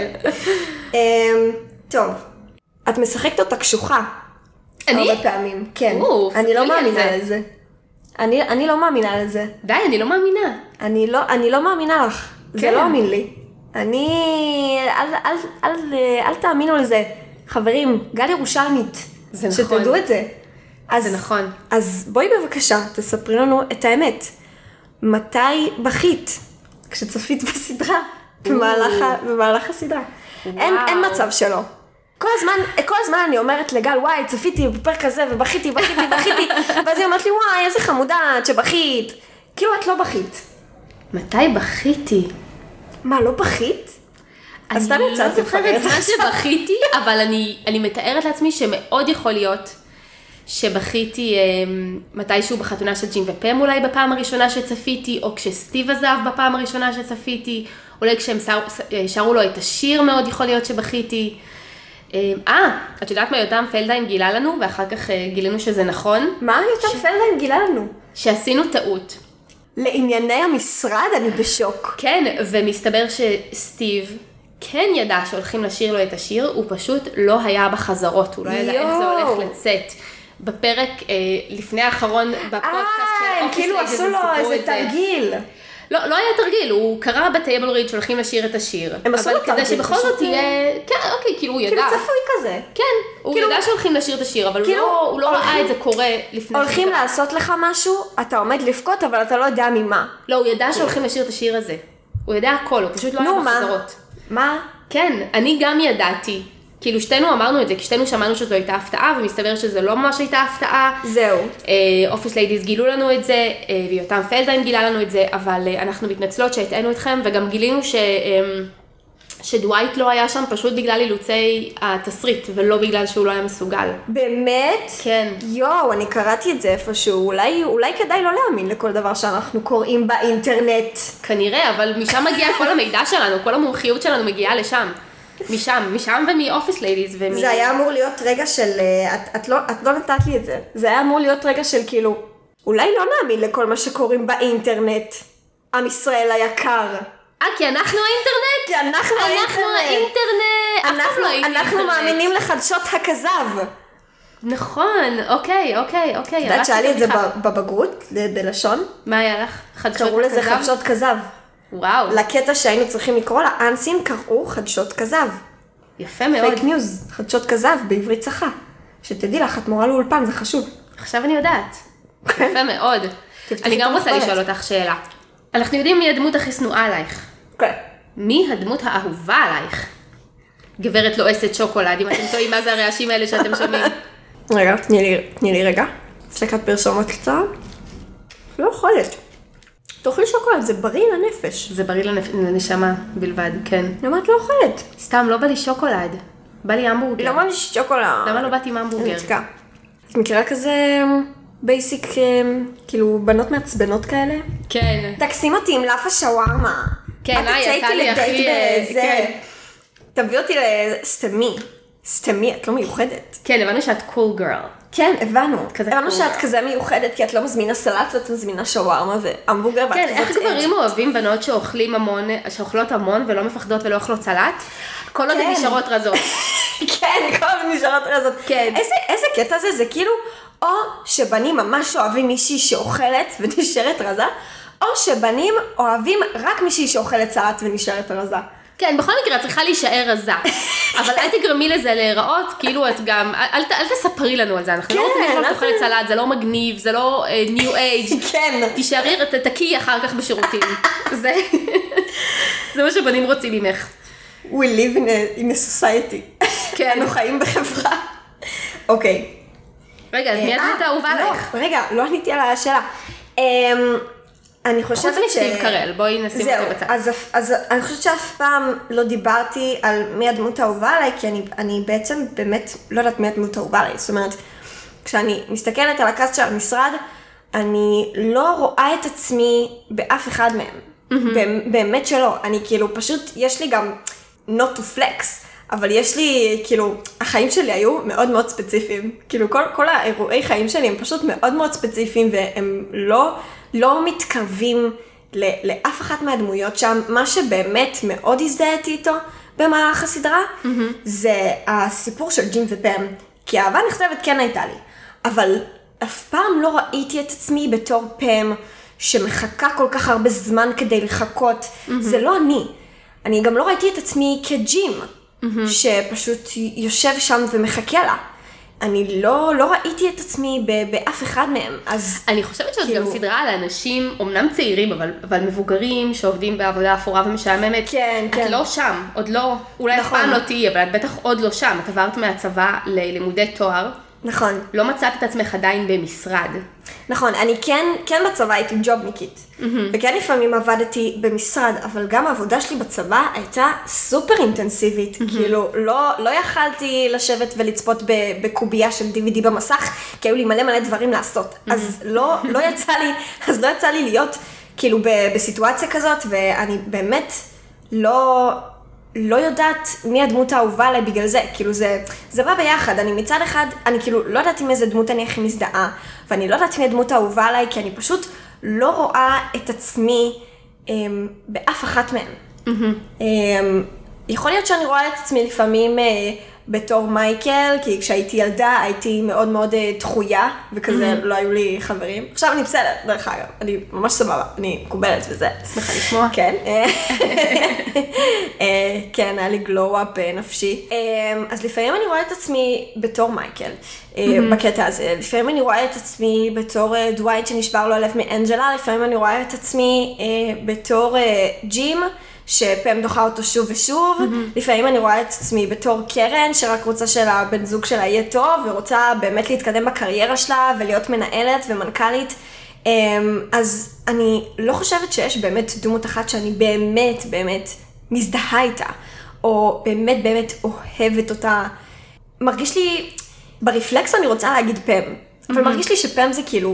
טוב, את משחקת אותה קשוחה. אני? הרבה פעמים, כן. אני לא מאמינה לזה. אני לא מאמינה לזה. די, אני לא מאמינה. אני לא מאמינה לך. זה לא אמין לי. אל תאמינו לזה. חברים, גל ירושלמית. זה נכון. שתדעו את זה. זה נכון. אז בואי בבקשה, תספרי לנו את האמת. מתי בכית? כשצפית בסדרה, במהלך הסדרה. אין מצב שלא. כל הזמן אני אומרת לגל, וואי, צפיתי בפרק כזה ובכיתי, ואז היא אומרת לי, וואי, איזה חמודה את שבכית. כאילו את לא בכית. מתי בכיתי? מה, לא בכית? אז סתם יצאת לפרט. אני לא זוכרת מה שבכיתי, אבל אני מתארת לעצמי שמאוד יכול להיות שבכיתי מתישהו בחתונה של ג'ים ופם אולי בפעם הראשונה שצפיתי, או כשסטיב עזב בפעם הראשונה שצפיתי, אולי כשהם שרו לו את השיר מאוד יכול להיות שבכיתי. את יודעת מה יותם פלדהיים גילה לנו, ואחר כך גילינו שזה נכון? מה יותם פלדהיים גילה לנו? שעשינו טעות. לענייני המשרד אני בשוק. כן, ומסתבר שסטיב כן ידע שהולכים לשיר לו את השיר, הוא פשוט לא היה בחזרות, הוא לא ידע איך זה הולך לצאת. בפרק לפני האחרון בפודקאסט של אופיס כאילו עשו לו איזה תרגיל. לא היה תרגיל, הוא קרא בטייבל ריד שהולכים לשיר את השיר. הם עשו לו תרגיל. אבל כדי שבכל זאת יהיה, כן, אוקיי, כאילו הוא ידע. כאילו צפוי כזה. כן, הוא ידע שהולכים לשיר את השיר, אבל הוא לא ראה את זה קורה לפני. הולכים לעשות לך משהו, אתה עומד לבכות, אבל אתה לא יודע ממה. לא, הוא ידע שהולכים לשיר את השיר הזה. הוא ידע הכל, הוא פשוט לא היה בחזרות. מה? כן, אני גם ידעתי. כאילו שתינו אמרנו את זה, כי שתינו שמענו שזו הייתה הפתעה, ומסתבר שזה לא ממש הייתה הפתעה. זהו. אופיס ליידיז גילו לנו את זה, ויותם פלדהיים גילה לנו את זה, אבל אנחנו מתנצלות שהטענו אתכם, וגם גילינו שדווייט לא היה שם פשוט בגלל אילוצי התסריט, ולא בגלל שהוא לא היה מסוגל. באמת? כן. יואו, אני קראתי את זה איפשהו, אולי כדאי לא להאמין לכל דבר שאנחנו קוראים באינטרנט. כנראה, אבל משם מגיע כל המידע שלנו, כל המומחיות שלנו מגיעה לשם. משם ומאופיס ליידיז זה היה אמור להיות רגע של, את לא נתת לי את זה, זה היה אמור להיות רגע של כאילו, אולי לא נאמין לכל מה שקוראים באינטרנט, עם ישראל היקר. כי אנחנו האינטרנט? כי אנחנו האינטרנט. אנחנו מאמינים לחדשות הכזב. נכון, אוקיי. את יודעת שהיה לי את זה בבגרות, בלשון? מה היה לך? חדשות כזב? קראו לזה חדשות כזב. וואו. לקטע שהיינו צריכים לקרוא לאנסים קראו חדשות כזב. יפה מאוד. פייק ניוז, חדשות כזב בעברית צחה. שתדעי לך, את מורה לאולפן, זה חשוב. עכשיו אני יודעת. יפה מאוד. אני גם רוצה לשאול אותך שאלה. אנחנו יודעים מי הדמות הכי שנואה עלייך. כן. מי הדמות האהובה עלייך? גברת לועסת שוקולד, אם אתם טועים מה זה הרעשים האלה שאתם שומעים. רגע, תני לי רגע. הפסקת פרסומות קצת. לא יכולת. תאכלי שוקולד, זה בריא לנפש. זה בריא לנשמה בלבד, כן. למה את לא אוכלת? סתם, לא בא לי שוקולד. בא לי המבורגר. לא בא לי שוקולד. למה לא באתי עם המבורגר? את מכירה כזה בייסיק, כאילו בנות מעצבנות כאלה? כן. תקסים אותי עם לאפה שווארמה. כן, יצא לי הכי... תביא אותי סתמי, את לא מיוחדת. כן, הבנו שאת קול גרל. כן, הבנו שאת כזה מיוחדת, כי את לא מזמינה סלט ואת מזמינה שווארמה והמבורגר. כן, איך גברים אוהבים בנות שאוכלות המון ולא מפחדות ולא אוכלות סלט? כל עוד הן נשארות רזות. כן, כל עוד נשארות רזות. כן. איזה קטע זה כאילו, או שבנים ממש אוהבים מישהי שאוכלת ונשארת רזה, או שבנים אוהבים רק מישהי שאוכלת סלט ונשארת רזה. כן, בכל מקרה, את צריכה להישאר רזה. אבל אל תגרמי לזה להיראות, כאילו את גם, אל תספרי לנו על זה, אנחנו לא רוצים לראות אוכלת סלט, זה לא מגניב, זה לא ניו אייג'. כן. תישארי, תקי אחר כך בשירותים. זה מה שבנים רוצים ממך. We live in a society. כן. אנחנו חיים בחברה. אוקיי. רגע, אז מי הדמות האהובה עליך? רגע, לא עניתי על השאלה. אני חושבת חוץ מסטיב קרל, בואי נשים אותו בצד. אז אני חושבת שאף פעם לא דיברתי על מי הדמות האהובה עליי, כי אני בעצם באמת לא יודעת מי הדמות האהובה עליי. זאת אומרת, כשאני מסתכלת על הקאסט של המשרד, אני לא רואה את עצמי באף אחד מהם. באמת שלא. אני כאילו פשוט, יש לי גם not to flex, אבל יש לי, כאילו, החיים שלי היו מאוד מאוד ספציפיים. כאילו, כל האירועי חיים שלי הם פשוט מאוד מאוד ספציפיים, והם לא מתקרבים לאף אחת מהדמויות שם. מה שבאמת מאוד הזדהיתי איתו במהלך הסדרה, זה הסיפור של ג'ים ופם. כי האהבה נכתבת כן הייתה לי, אבל אף פעם לא ראיתי את עצמי בתור פם, שמחכה כל כך הרבה זמן כדי לחכות. זה לא אני. אני גם לא ראיתי את עצמי כג'ים, שפשוט יושב שם ומחכה לה. אני לא ראיתי את עצמי באף אחד מהם, אז... אני חושבת שאת גם סדרה על אנשים, אמנם צעירים, אבל מבוגרים, שעובדים בעבודה אפורה ומשעממת. כן, כן. את לא שם, עוד לא, אולי אף פעם לא תהיה, אבל את בטח עוד לא שם. את עברת מהצבא ללימודי תואר. נכון. לא מצאת את עצמך עדיין במשרד. נכון, אני כן בצבא הייתי ג'ובניקית, וכן לפעמים עבדתי במשרד, אבל גם העבודה שלי בצבא הייתה סופר אינטנסיבית, כאילו לא יכלתי לשבת ולצפות בקובייה של DVD במסך, כי היו לי מלא דברים לעשות, אז לא יצא לי להיות כאילו בסיטואציה כזאת, ואני באמת לא יודעת מי הדמות האהובה עליי בגלל זה, כאילו זה בא ביחד, אני מצד אחד, אני כאילו לא יודעת עם איזה דמות אני הכי מזדהה, ואני לא יודעת מי הדמות האהובה עליי, כי אני פשוט לא רואה את עצמי באף אחת מהן. יכול להיות שאני רואה את עצמי לפעמים בתור מייקל, כי כשהייתי ילדה הייתי מאוד מאוד דחויה, וכזה לא היו לי חברים. עכשיו אני בסדר, דרך אגב, אני ממש סבבה, אני מקובלת וזה. שמחה לשמוע. כן. כן, היה לי גלו-אפ נפשי. אז לפעמים אני רואה את עצמי בתור מייקל, בקטע הזה. לפעמים אני רואה את עצמי בתור דווייט שנשבר לו הלב מאנג'לה, לפעמים אני רואה את עצמי בתור ג'ים, שפם דוחה אותו שוב ושוב, לפעמים אני רואה את עצמי בתור קרן, שרק רוצה שהבן זוג שלה יהיה טוב, ורוצה באמת להתקדם בקריירה שלה, ולהיות מנהלת ומנכ"לית. אז אני לא חושבת שיש באמת דמות אחת שאני באמת באמת מזדהה איתה, או באמת באמת אוהבת אותה. מרגיש לי, ברפלקס אני רוצה להגיד פם, אבל מרגיש לי שפם זה כאילו,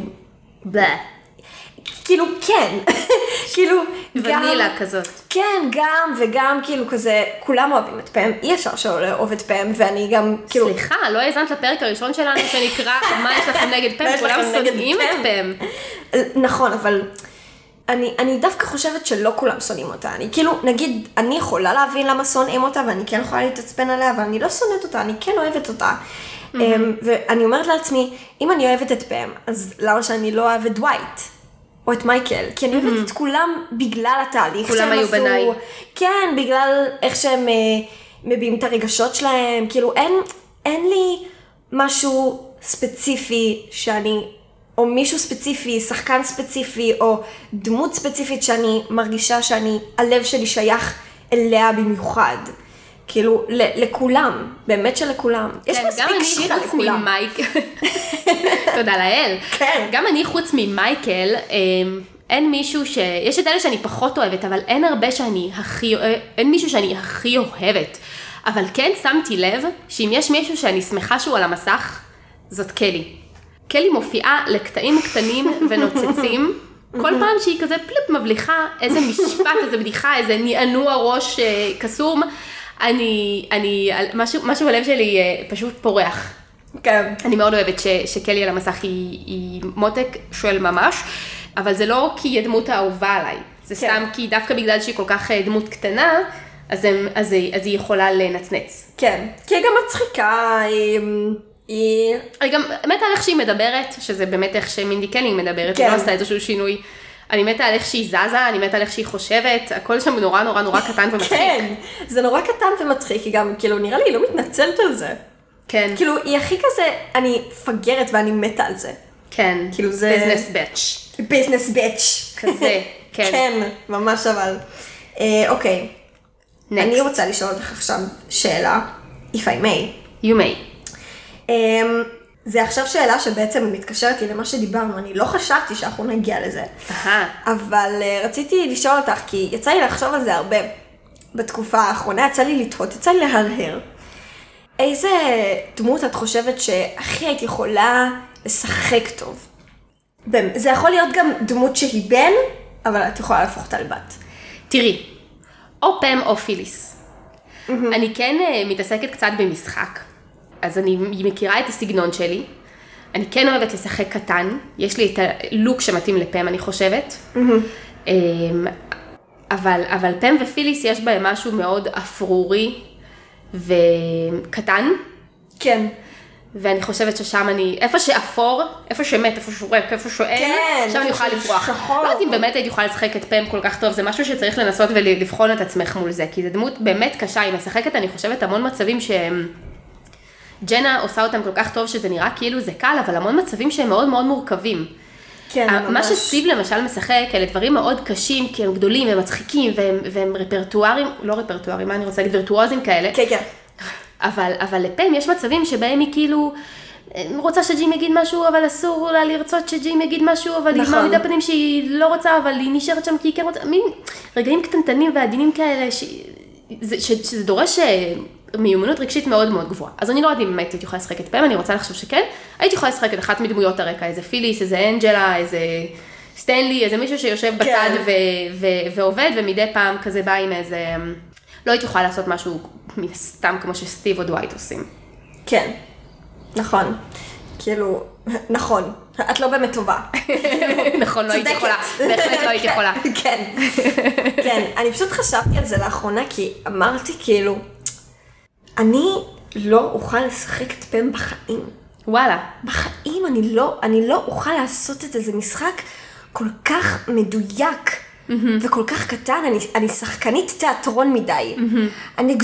כאילו כן, כאילו ונילה כזאת. כן, גם וגם כאילו כזה, כולם אוהבים את פם, אי אפשר שלא לאהוב את פם, ואני גם כאילו... סליחה, לא האזנת לפרק הראשון שלנו שנקרא מה יש לכם נגד פם, כולם שונאים את פם. נכון, אבל אני דווקא חושבת שלא כולם שונאים אותה, אני כאילו, נגיד, אני יכולה להבין למה שונאים אותה, ואני כן יכולה להתעצבן עליה, אבל אני לא שונאת אותה, אני כן אוהבת אותה. ואני אומרת לעצמי, אם אני אוהבת את פם, אז למה שאני לא אוהבת דווייט? או את מייקל, כי אני אוהבת את כולם בגלל התהליך כולם היו בניי. כן, בגלל איך שהם מביעים את הרגשות שלהם, כאילו אין לי משהו ספציפי שאני, או מישהו ספציפי, שחקן ספציפי, או דמות ספציפית שאני מרגישה שאני, הלב שלי שייך אליה במיוחד. כאילו, לכולם, באמת שלכולם. יש מספיק שירה לכולם. תודה לאל. כן. גם אני חוץ ממייקל, אין מישהו יש את אלה שאני פחות אוהבת, אבל אין מישהו שאני הכי אוהבת. אבל כן שמתי לב שאם יש מישהו שאני שמחה שהוא על המסך, זאת קלי. קלי מופיעה לקטעים קטנים ונוצצים, כל פעם שהיא כזה פלופ מבליחה, איזה משפט, איזה בדיחה, איזה נענוע ראש קסום, משהו בלב שלי פשוט פורח. כן. אני מאוד אוהבת שקלי על המסך היא מותק של ממש, אבל זה לא כי היא הדמות האהובה עליי, זה סתם כי דווקא בגלל שהיא כל כך דמות קטנה, אז היא יכולה לנצנץ. כן, כי היא גם מצחיקה, אני גם מתה על איך שהיא מדברת, שזה באמת איך שמינדי קלי מדברת, היא לא עשתה איזשהו שינוי. אני מתה על איך שהיא זזה, אני מתה על איך שהיא חושבת, הכל שם נורא נורא נורא קטן ומצחיק. כן, זה נורא קטן ומצחיק, היא גם, כאילו, נראה לי, היא לא מתנצלת על זה. כן. כאילו, היא הכי כזה, אני פגרת ואני מתה על זה. כן. כאילו זה... ביזנס בץ'. ביזנס בץ'. כזה, כן. כן, ממש אבל. אוקיי. אני רוצה לשאול אותך עכשיו שאלה, if I may. You may. זה עכשיו שאלה שבעצם מתקשרת לי למה שדיברנו, אני לא חשבתי שאנחנו נגיע לזה. אבל רציתי לשאול אותך, כי יצא לי לחשוב על זה הרבה בתקופה האחרונה, יצא לי לתהות, יצא לי להרהר. איזה דמות את חושבת שהכי היית יכולה לשחק טוב? זה יכול להיות גם דמות שהיא בן, אבל את יכולה להפוך אותה לבת. תראי, או פם או פיליס. אני כן מתעסקת קצת במשחק. אז אני מכירה את הסגנון שלי, אני כן אוהבת לשחק קטן, יש לי את הלוק שמתאים לפם, אני חושבת, אבל פם ופיליס יש בהם משהו מאוד אפרורי וקטן. כן. ואני חושבת ששם איפה שאפור, איפה שמת, איפה שורק, איפה שואל, שם אני יכולה לפרוח. לא יודעת אם באמת הייתי יכולה לשחק את פם כל כך טוב, זה משהו שצריך לנסות ולבחון את עצמך מול זה, כי זה דמות באמת קשה, היא משחקת, אני חושבת, המון מצבים שהם... ג'נה עושה אותם כל כך טוב שזה נראה כאילו זה קל, אבל המון מצבים שהם מאוד מאוד מורכבים. כן, ממש. מה שסטיב למשל משחק, אלה דברים מאוד קשים, כי הם גדולים ומצחיקים, והם רפרטוארים, לא רפרטוארים, מה אני רוצה להגיד, וירטואוזים כאלה. כן, כן. אבל לפעמים יש מצבים שבהם היא כאילו, רוצה שג'ים יגיד משהו, אבל אסור לה לרצות שג'ים יגיד משהו, אבל היא מעמידה פנים שהיא לא רוצה, אבל היא נשארת שם כי היא כן רוצה, מין רגעים קטנטנים ועדינים כאלה, שזה דורש מיומנות רגשית מאוד מאוד גבוהה. אז אני לא יודעת אם באמת הייתי יכולה לשחק את פם, אני רוצה לחשוב שכן. הייתי יכולה לשחק את אחת מדמויות הרקע, איזה פיליס, איזה אנג'לה, איזה סטנלי, איזה מישהו שיושב בצד ועובד, ומדי פעם כזה בא עם איזה... לא הייתי יכולה לעשות משהו סתם כמו שסטיב או דווייט עושים. כן, נכון. כאילו, נכון. את לא באמת טובה. נכון, לא הייתי יכולה. בהחלט לא הייתי יכולה. כן. כן, אני פשוט חשבתי על זה לאחרונה, כי אמרתי כאילו, אני לא אוכל לשחק את פם בחיים. וואלה. בחיים אני לא אוכל לעשות את זה. זה משחק כל כך מדויק וכל כך קטן. אני שחקנית תיאטרון מדי. אני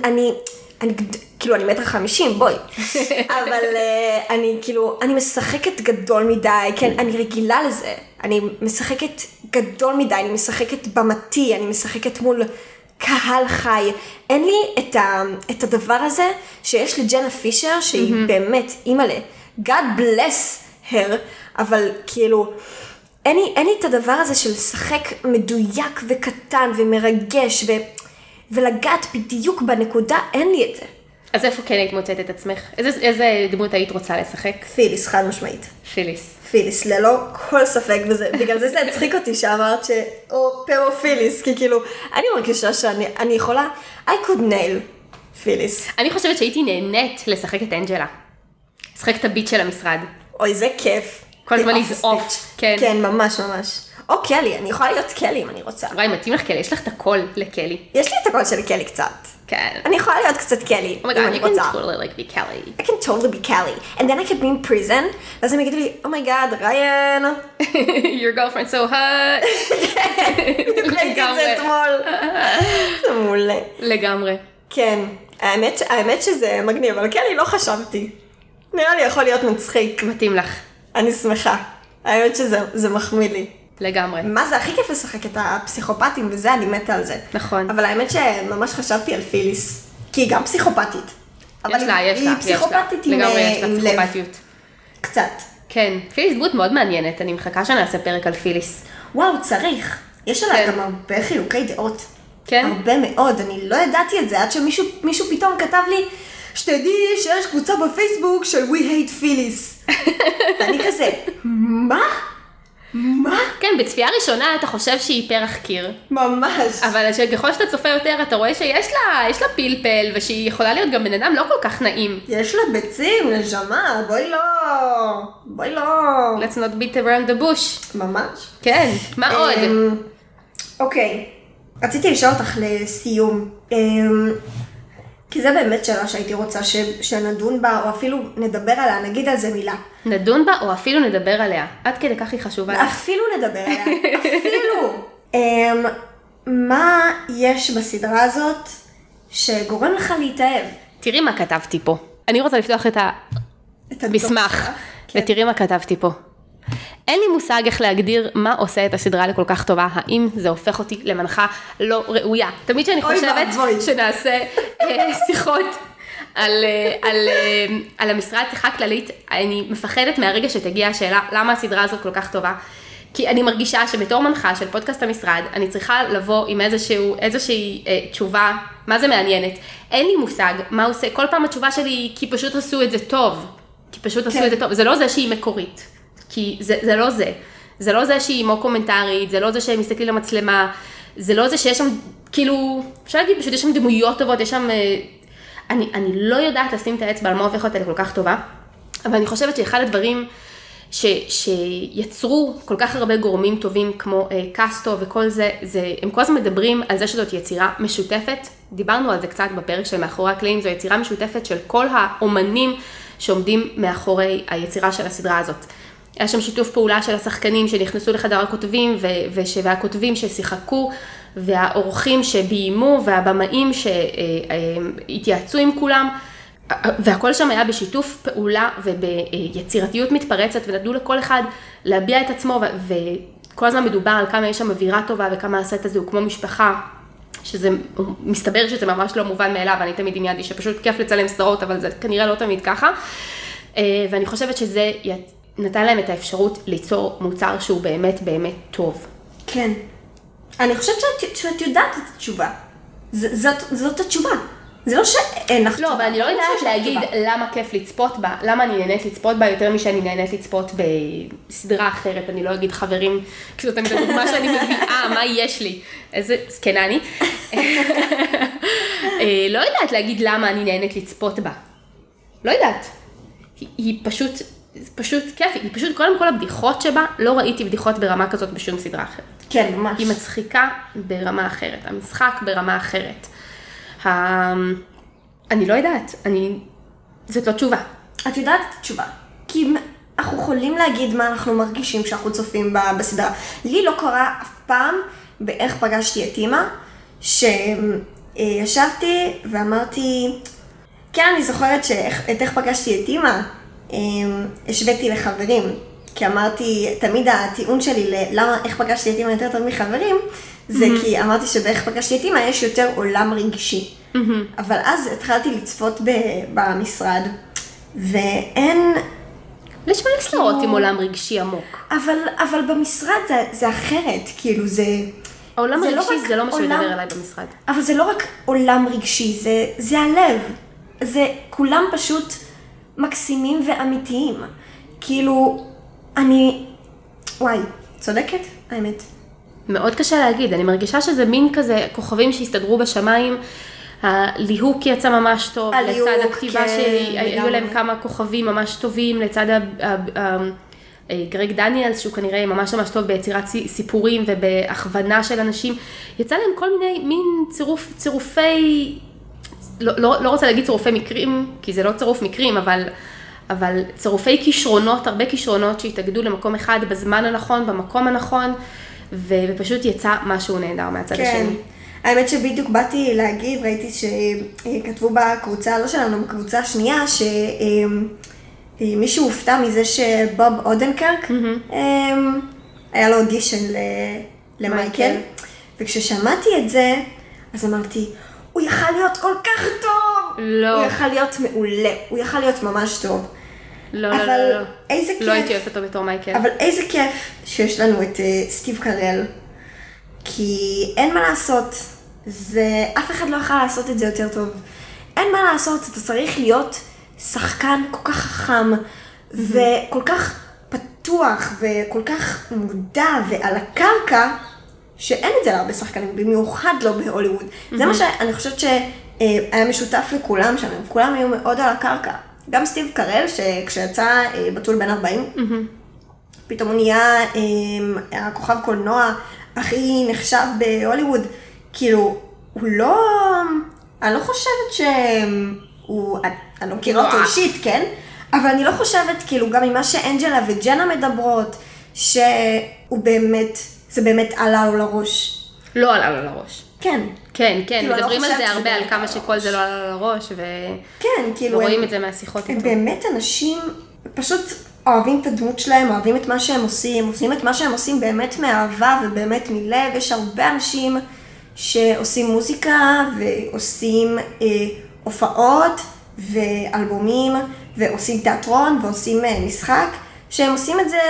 מטר 50, בואי. אבל אני משחקת גדול מדי, כן, אני רגילה לזה. אני משחקת גדול מדי, אני משחקת במתי, אני משחקת מול קהל חי. אין לי את הדבר הזה שיש לג'נה פישר, שהיא באמת אימא'לה. God bless her, אבל כאילו, אין לי את הדבר הזה של לשחק מדויק וקטן ומרגש ולגעת בדיוק בנקודה, אין לי את זה. אז איפה כן היית מוצאת את עצמך? איזה דמות היית רוצה לשחק? פיליס, חד משמעית. פיליס, ללא כל ספק, ובגלל זה הצחיק אותי שאמרת או פרו פיליס, כי כאילו, אני מרגישה שאני יכולה, I could nail פיליס. אני חושבת שהייתי נהנית לשחק את אנג'לה. לשחק את הביט של המשרד. אוי, זה כיף. כל הזמן לזעוף. כן, ממש. או קלי, אני יכולה להיות קלי אם אני רוצה. וואי, מתאים לך קלי, יש לך את הקול לקלי. יש לי את הקול של קלי קצת. כן. אני יכולה להיות קצת קלי, אם אני רוצה. You can totally be Kelly. I can totally be Kelly. And then I could be in prison, ואז הם יגידו לי, oh my god, ריין. Your girlfriend so hot. ראיתי את זה אתמול. זה מעולה. לגמרי. כן, האמת שזה מגניב, אבל קלי לא חשבתי. נראה לי יכול להיות מצחיק. מתאים לך. אני שמחה. האמת שזה מחמיא לי. לגמרי. מה זה הכי כיף לשחק את הפסיכופטים, וזה אני מתה על זה. נכון. אבל האמת שממש חשבתי על פיליס, כי היא גם פסיכופטית. יש לה. היא פסיכופטית עם לגמרי יש לה לב. פסיכופתיות. קצת. כן, פיליס דמות מאוד מעניינת, אני מחכה שנעשה פרק על פיליס. וואו, צריך. יש עליה גם הרבה חילוקי דעות. כן? הרבה מאוד, אני לא ידעתי את זה, עד שמישהו פתאום כתב לי, שתדעי שיש קבוצה בפייסבוק של We Hate Phyllis. ואני כזה, מה? כן, בצפייה ראשונה אתה חושב שהיא פרח קיר. ממש. אבל ככל שאתה צופה יותר, אתה רואה שיש לה פלפל, ושהיא יכולה להיות גם בן אדם לא כל כך נעים. יש לה ביצים, נשמה, בואי לא. Let's not beat around the bush. ממש. כן, מה עוד? אוקיי, רציתי לשאול אותך לסיום. כי זה באמת שאלה שהייתי רוצה שנדון בה, או אפילו נדבר עליה, נגיד על זה מילה. נדון בה, או אפילו נדבר עליה. עד כדי כך היא חשובה לך. אפילו נדבר עליה, אפילו. מה יש בסדרה הזאת שגורם לך להתאהב? תראי מה כתבתי פה. אני רוצה לפתוח את המסמך, ותראי מה כתבתי פה. אין לי מושג איך להגדיר מה עושה את הסדרה לכל כך טובה, האם זה הופך אותי למנחה לא ראויה. תמיד שאני חושבת שנעשה שיחות על המשרד שיחה כללית, אני מפחדת מהרגע שתגיע השאלה למה הסדרה הזאת כל כך טובה. כי אני מרגישה שבתור מנחה של פודקאסט המשרד, אני צריכה לבוא עם איזושהי תשובה, מה זה מעניינת. אין לי מושג מה עושה, כל פעם התשובה שלי היא כי פשוט עשו את זה טוב. זה לא זה שהיא מקורית. כי זה לא זה. זה לא זה שהיא מוקומנטרית, זה לא זה שהם מסתכלים למצלמה, זה לא זה שיש שם, כאילו, אפשר להגיד, פשוט יש שם דמויות טובות, יש שם, אני לא יודעת לשים את האצבע על מה הופך אותה לכל כך טובה, אבל אני חושבת שאחד הדברים שיצרו כל כך הרבה גורמים טובים, כמו קאסטו וכל זה, הם כל הזמן מדברים על זה שזאת יצירה משותפת, דיברנו על זה קצת בפרק של מאחורי הקלעים, זו יצירה משותפת של כל האומנים שעומדים מאחורי היצירה של הסדרה הזאת. היה שם שיתוף פעולה של השחקנים שנכנסו לחדר הכותבים, והכותבים ששיחקו, והאורחים שביימו, והבמאים שהתייעצו עם כולם, והכל שם היה בשיתוף פעולה וביצירתיות מתפרצת, ונתנו לכל אחד להביע את עצמו, וכל הזמן מדובר על כמה יש שם אווירה טובה, וכמה הסט הזה הוא כמו משפחה, שזה מסתבר שזה ממש לא מובן מאליו, אני תמיד דמיינתי שפשוט כיף לצלם סדרות, אבל זה כנראה לא תמיד ככה, ואני חושבת שזה נתן להם את האפשרות ליצור מוצר שהוא באמת באמת טוב. כן. אני חושבת שאת יודעת את התשובה. זאת התשובה. זה לא שאין לך תשובה. לא, אבל אני לא יודעת להגיד למה כיף לצפות בה, למה אני נהנית לצפות בה יותר משאני נהנית לצפות בסדרה אחרת. אני לא אגיד חברים, כי זאת תמיד הדוגמה שאני מביאה, מה יש לי? איזה זקנה אני. לא יודעת להגיד למה אני נהנית לצפות בה. לא יודעת. היא פשוט כיף, היא פשוט קודם כל הבדיחות שבה, לא ראיתי בדיחות ברמה כזאת בשום סדרה אחרת. כן, ממש. היא מצחיקה ברמה אחרת, המשחק ברמה אחרת. אני לא יודעת, זאת לא תשובה. את יודעת את התשובה. כי אנחנו יכולים להגיד מה אנחנו מרגישים כשאנחנו צופים בסדרה. לי לא קרה אף פעם באיך פגשתי את אמא, שישבתי ואמרתי, כן, אני זוכרת שאת איך פגשתי את אמא, השוויתי לחברים. כי אמרתי, תמיד הטיעון שלי ללמה איך פגשתי את אמא יותר טוב מחברים, זה כי אמרתי שבאיך פגשתי את אמא יש יותר עולם רגשי. אבל אז התחלתי לצפות במשרד, ואין... יש מלא סדרות עם עולם רגשי עמוק. אבל במשרד זה אחרת, כאילו זה... העולם הרגשי זה לא מה שמדבר אליי במשרד. אבל זה לא רק עולם רגשי, זה הלב. כולם פשוט מקסימים ואמיתיים. כאילו, וואי, צודקת? האמת. מאוד קשה להגיד, אני מרגישה שזה מין כזה כוכבים שהסתדרו בשמיים, הליהוק יצא ממש טוב, לצד הכתיבה שהיו להם כמה כוכבים ממש טובים, לצד גרג דניאלס, שהוא כנראה ממש ממש טוב ביצירת סיפורים ובהכוונה של אנשים, יצא להם כל מיני מין צירופי, לא רוצה להגיד צירופי מקרים, כי זה לא צירוף מקרים, אבל צירופי כישרונות, הרבה כישרונות שהתאגדו למקום אחד בזמן הנכון, במקום הנכון, ופשוט יצא משהו נהדר מהצד השני. האמת שבדיוק באתי להגיד, ראיתי שכתבו בקבוצה, לא שלנו, בקבוצה השנייה, שמישהו הופתע מזה שבוב אודנקרק, היה לו אודישן למייקל, וכששמעתי את זה, אז אמרתי, הוא יכל להיות כל כך טוב! לא. הוא יכל להיות מעולה, הוא יכל להיות ממש טוב. לא. איזה כיף. לא הייתי אוהבת אותו בתור מייקל. אבל איזה כיף שיש לנו את סטיב קרל. כי אין מה לעשות, אף אחד לא יכול לעשות את זה יותר טוב. אין מה לעשות, אתה צריך להיות שחקן כל כך חכם, וכל כך פתוח, וכל כך מודע, ועל הקרקע, שאין את זה להרבה שחקנים, במיוחד לא בהוליווד. זה מה שאני חושבת שהיה משותף לכולם שם, כולם היו מאוד על הקרקע. גם סטיב קרל, שכשיצא בתול בן 40, פתאום הוא נהיה הכוכב קולנוע הכי נחשב בהוליווד. כאילו, הוא לא... אני לא חושבת שהוא... אני לא מכירה אותו אישית, כן? אבל אני לא חושבת, כאילו, גם ממה שאנג'לה וג'נה מדברות, שהוא באמת, זה באמת עלה לו לראש. לא עלה לו לראש. כן. כן, מדברים על זה הרבה, על כמה שכל זה לא עלה לו לראש, ורואים את זה מהשיחות איתו. הם באמת אנשים פשוט אוהבים את הדמות שלהם, אוהבים את מה שהם עושים, עושים את מה שהם עושים באמת מאהבה ובאמת מלב. יש הרבה אנשים שעושים מוזיקה ועושים הופעות ואלבומים ועושים תיאטרון ועושים משחק, שהם עושים את זה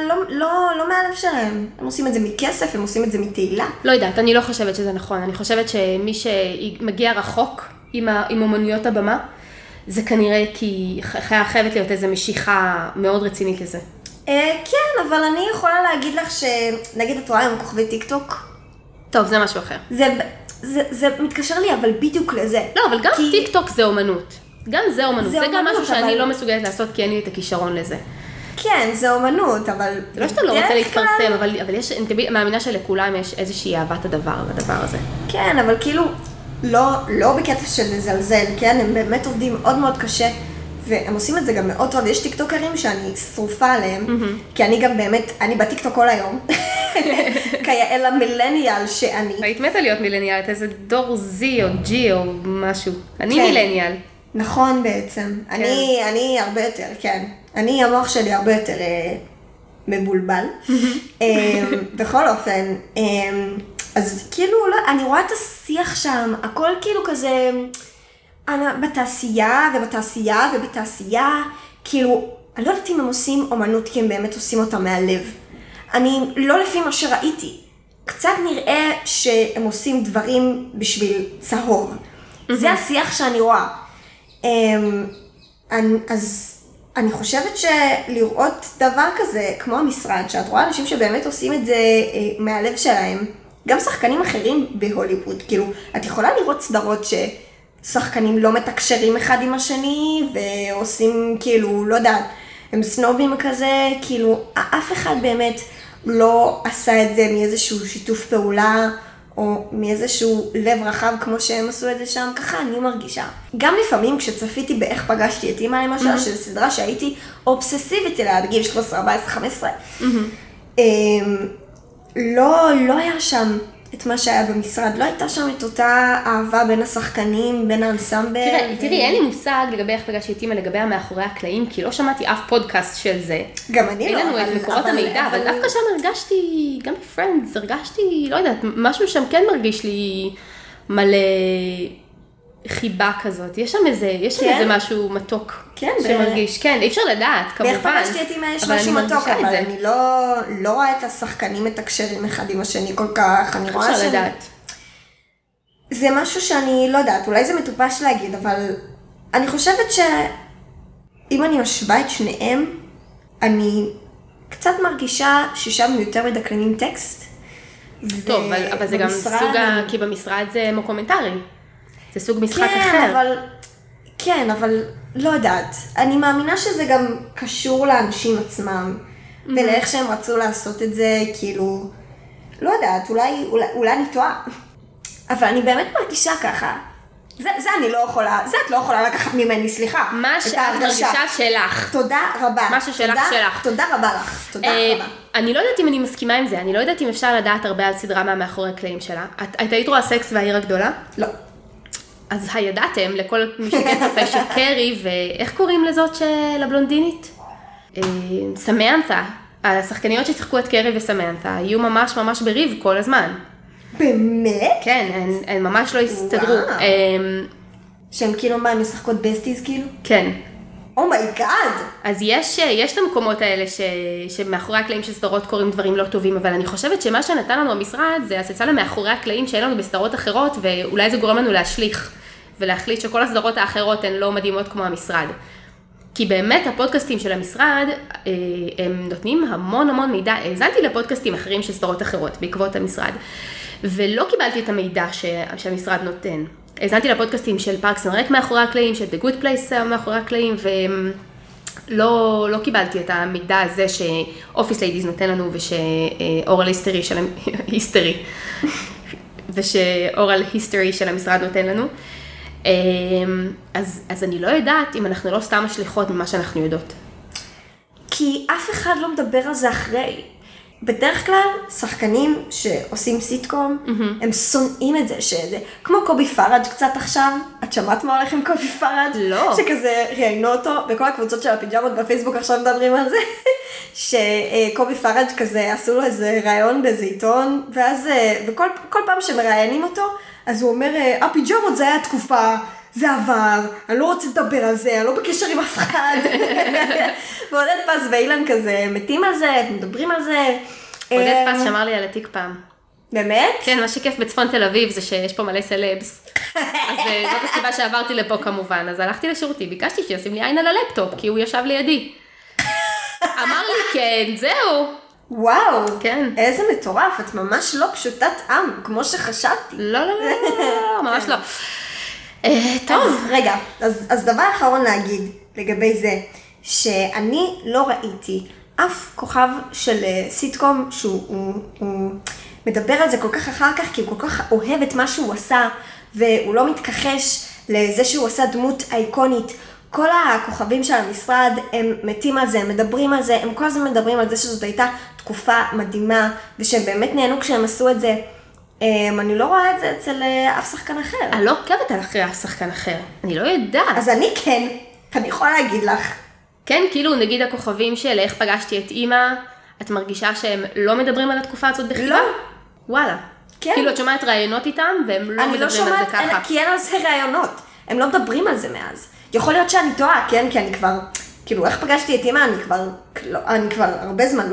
לא מהלב שלהם. הם עושים את זה מכסף, הם עושים את זה מתהילה. לא יודעת, אני לא חושבת שזה נכון. אני חושבת שמי שמגיע רחוק עם אומנויות הבמה, זה כנראה כי חייבת להיות איזו משיכה מאוד רצינית לזה. כן, אבל אני יכולה להגיד לך שנגיד את רואה עם כוכבי טיק טוק. טוב, זה משהו אחר. זה מתקשר לי, אבל בדיוק לזה. לא, אבל גם טיק טוק זה אומנות. גם זה אומנות. זה גם משהו שאני לא מסוגלת לעשות כי אין לי את הכישרון לזה. כן, זה אומנות, אבל... זה לא שאתה לא רוצה להתפרסם, אבל יש, אני מאמינה שלכולם יש איזושהי אהבת הדבר הזה. כן, אבל כאילו, לא בקטע של לזלזל, כן? הם באמת עובדים מאוד מאוד קשה, והם עושים את זה גם מאוד טוב. יש טיקטוקרים שאני שרופה עליהם, כי אני גם באמת, אני בטיקטוק כל היום, כיאה למילניאל שאני. היית מתה להיות מילניאל, איזה דור Z או G או משהו. אני מילניאל. נכון בעצם. אני הרבה יותר, כן. המוח שלי הרבה יותר מבולבל. בכל אופן, אז כאילו, אני רואה את השיח שם, הכל כאילו כזה, בתעשייה ובתעשייה, כאילו, אני לא יודעת אם הם עושים אומנות כי הם באמת עושים אותה מהלב. אני לא לפי מה שראיתי. קצת נראה שהם עושים דברים בשביל צהוב. זה השיח שאני רואה. אז אני חושבת שלראות דבר כזה, כמו המשרד, שאת רואה אנשים שבאמת עושים את זה מהלב שלהם, גם שחקנים אחרים בהוליווד, כאילו, את יכולה לראות סדרות ששחקנים לא מתקשרים אחד עם השני, ועושים כאילו, לא יודעת, הם סנובים כזה, כאילו, אף אחד באמת לא עשה את זה מאיזשהו שיתוף פעולה, או מאיזשהו לב רחב כמו שהם עשו את זה שם, ככה אני מרגישה. גם לפעמים כשצפיתי באיך פגשתי את אמא למשל, של סדרה שהייתי אובססיבית אליה בגיל 13, 14, 15, לא היה שם את מה שהיה במשרד, לא הייתה שם את אותה אהבה בין השחקנים, בין האנסמבל. תראי, אין לי מושג לגבי איך פגשתי את אמא, לגבי מאחורי הקלעים, כי לא שמעתי אף פודקאסט של זה. גם אני לא, אין לנו את מקורות המידע, אבל דווקא שם הרגשתי, גם בפרנדס, הרגשתי, לא יודעת, משהו שם כן מרגיש לי מלא חיבה כזאת. יש שם איזה משהו מתוק שמרגיש. כן, אי אפשר לדעת, כמובן. ואיך פגשתי את אמא יש משהו מתוק, אבל אני לא רואה את השחקנים מתקשרים אחד עם השני כל כך. אני רואה אפשר לדעת. זה משהו שאני לא יודעת, אולי זה מטופש להגיד, אבל אני חושבת שאם אני משווה את שניהם, אני קצת מרגישה ששם יותר מדקלמים טקסט. טוב, אבל זה גם סוג, כי במשרד זה מוקומנטרי. זה סוג משחק אחר. כן, אבל לא יודעת. אני מאמינה שזה גם קשור לאנשים עצמם, ולאיך שהם רצו לעשות את זה, כאילו, לא יודעת, אולי אני טועה. אבל אני באמת מרגישה ככה. זה אני לא יכולה, זה את לא יכולה לקחת ממני, סליחה. מה שאת מרגישה שלך. תודה רבה. מה ששלך שלך. תודה רבה לך. תודה רבה. אני לא יודעת אם אני מסכימה עם זה, אני לא יודעת אם אפשר לדעת הרבה על סדרה מהמאחורי הקלעים שלה. את היית רואה סקס והעיר הגדולה? לא. אז הידעתם לכל מי שכן צופה של קרי, ואיך קוראים לזאת של הבלונדינית? סמנתה. השחקניות ששיחקו את קרי וסמנתה היו ממש ממש בריב כל הזמן. באמת? כן, הן ממש לא הסתדרו. שהן כאילו מה, הן משחקות בסטיז כאילו? כן. אומייגאד! אז יש את המקומות האלה שמאחורי הקלעים של סדרות קוראים דברים לא טובים, אבל אני חושבת שמה שנתן לנו המשרד זה הסצנה מאחורי הקלעים שאין לנו בסדרות אחרות, ואולי זה גורם לנו להשליך ולהחליט שכל הסדרות האחרות הן לא מדהימות כמו המשרד. כי באמת הפודקאסטים של המשרד, הם נותנים המון המון מידע. האזנתי לפודקאסטים אחרים של סדרות אחרות בעקבות המשרד, ולא קיבלתי את המידע שהמשרד נותן. האזנתי לפודקאסטים של פארקס אנד רק מאחורי הקלעים, של The Good Place מאחורי הקלעים, ולא קיבלתי את המידע הזה שאופיס ליידיז נותן לנו, ושאורל היסטרי של המשרד נותן לנו. אז אני לא יודעת אם אנחנו לא סתם משליחות ממה שאנחנו יודעות. כי אף אחד לא מדבר על זה אחרי. בדרך כלל, שחקנים שעושים סיטקום, הם שונאים את זה, שזה כמו קובי פראג' קצת עכשיו. את שמעת מה הולך עם קובי פראג'? לא. שכזה ראיינו אותו, בכל הקבוצות של הפיג'מות בפייסבוק עכשיו מדברים על זה, שקובי פראג' כזה עשו לו איזה ראיון באיזה עיתון, וכל פעם שמראיינים אותו, אז הוא אומר, הפיג'מות זה היה תקופה, זה עבר, אני לא רוצה לדבר על זה, אני לא בקשר עם אף אחד. ועודד פס ואילן כזה מתים על זה, מדברים על זה. עודד פס שמר לי על התיק פעם. באמת? כן, מה שכיף בצפון תל אביב זה שיש פה מלא סלבס. אז זאת הסיבה שעברתי לפה כמובן, אז הלכתי לשירותי, ביקשתי שישים לי עין על הלפטופ, כי הוא ישב לידי. אמר לי כן, זהו. וואו, כן. איזה מטורף, את ממש לא פשוטת עם, כמו שחשבתי. לא, ממש לא. טוב. רגע, אז דבר אחרון להגיד לגבי זה, שאני לא ראיתי אף כוכב של סיטקום שהוא מדבר על זה כל כך אחר כך, כי הוא כל כך אוהב את מה שהוא עשה, והוא לא מתכחש לזה שהוא עשה דמות אייקונית. כל הכוכבים של המשרד הם מתים על זה, הם מדברים על זה, הם כל הזמן מדברים על זה שזאת הייתה תקופה מדהימה, ושהם באמת נהנו כשהם עשו את זה. אני לא רואה את זה אצל אף שחקן אחר. אני לא עוקבת על אחרי אף שחקן אחר. אני לא יודעת. אז אני כן, אני יכולה להגיד לך. כן, כאילו נגיד הכוכבים של איך פגשתי את אמא, את מרגישה שהם לא מדברים על התקופה הזאת בכלל? לא. וואלה. כן. כאילו את שומעת רעיונות איתם, והם לא מדברים על זה ככה. אני לא שומעת, כי אין על זה רעיונות. הם לא מדברים על זה מאז. יכול להיות שאני טועה, כן? כי אני כבר, כאילו, איך פגשתי את אמא, אני כבר הרבה זמן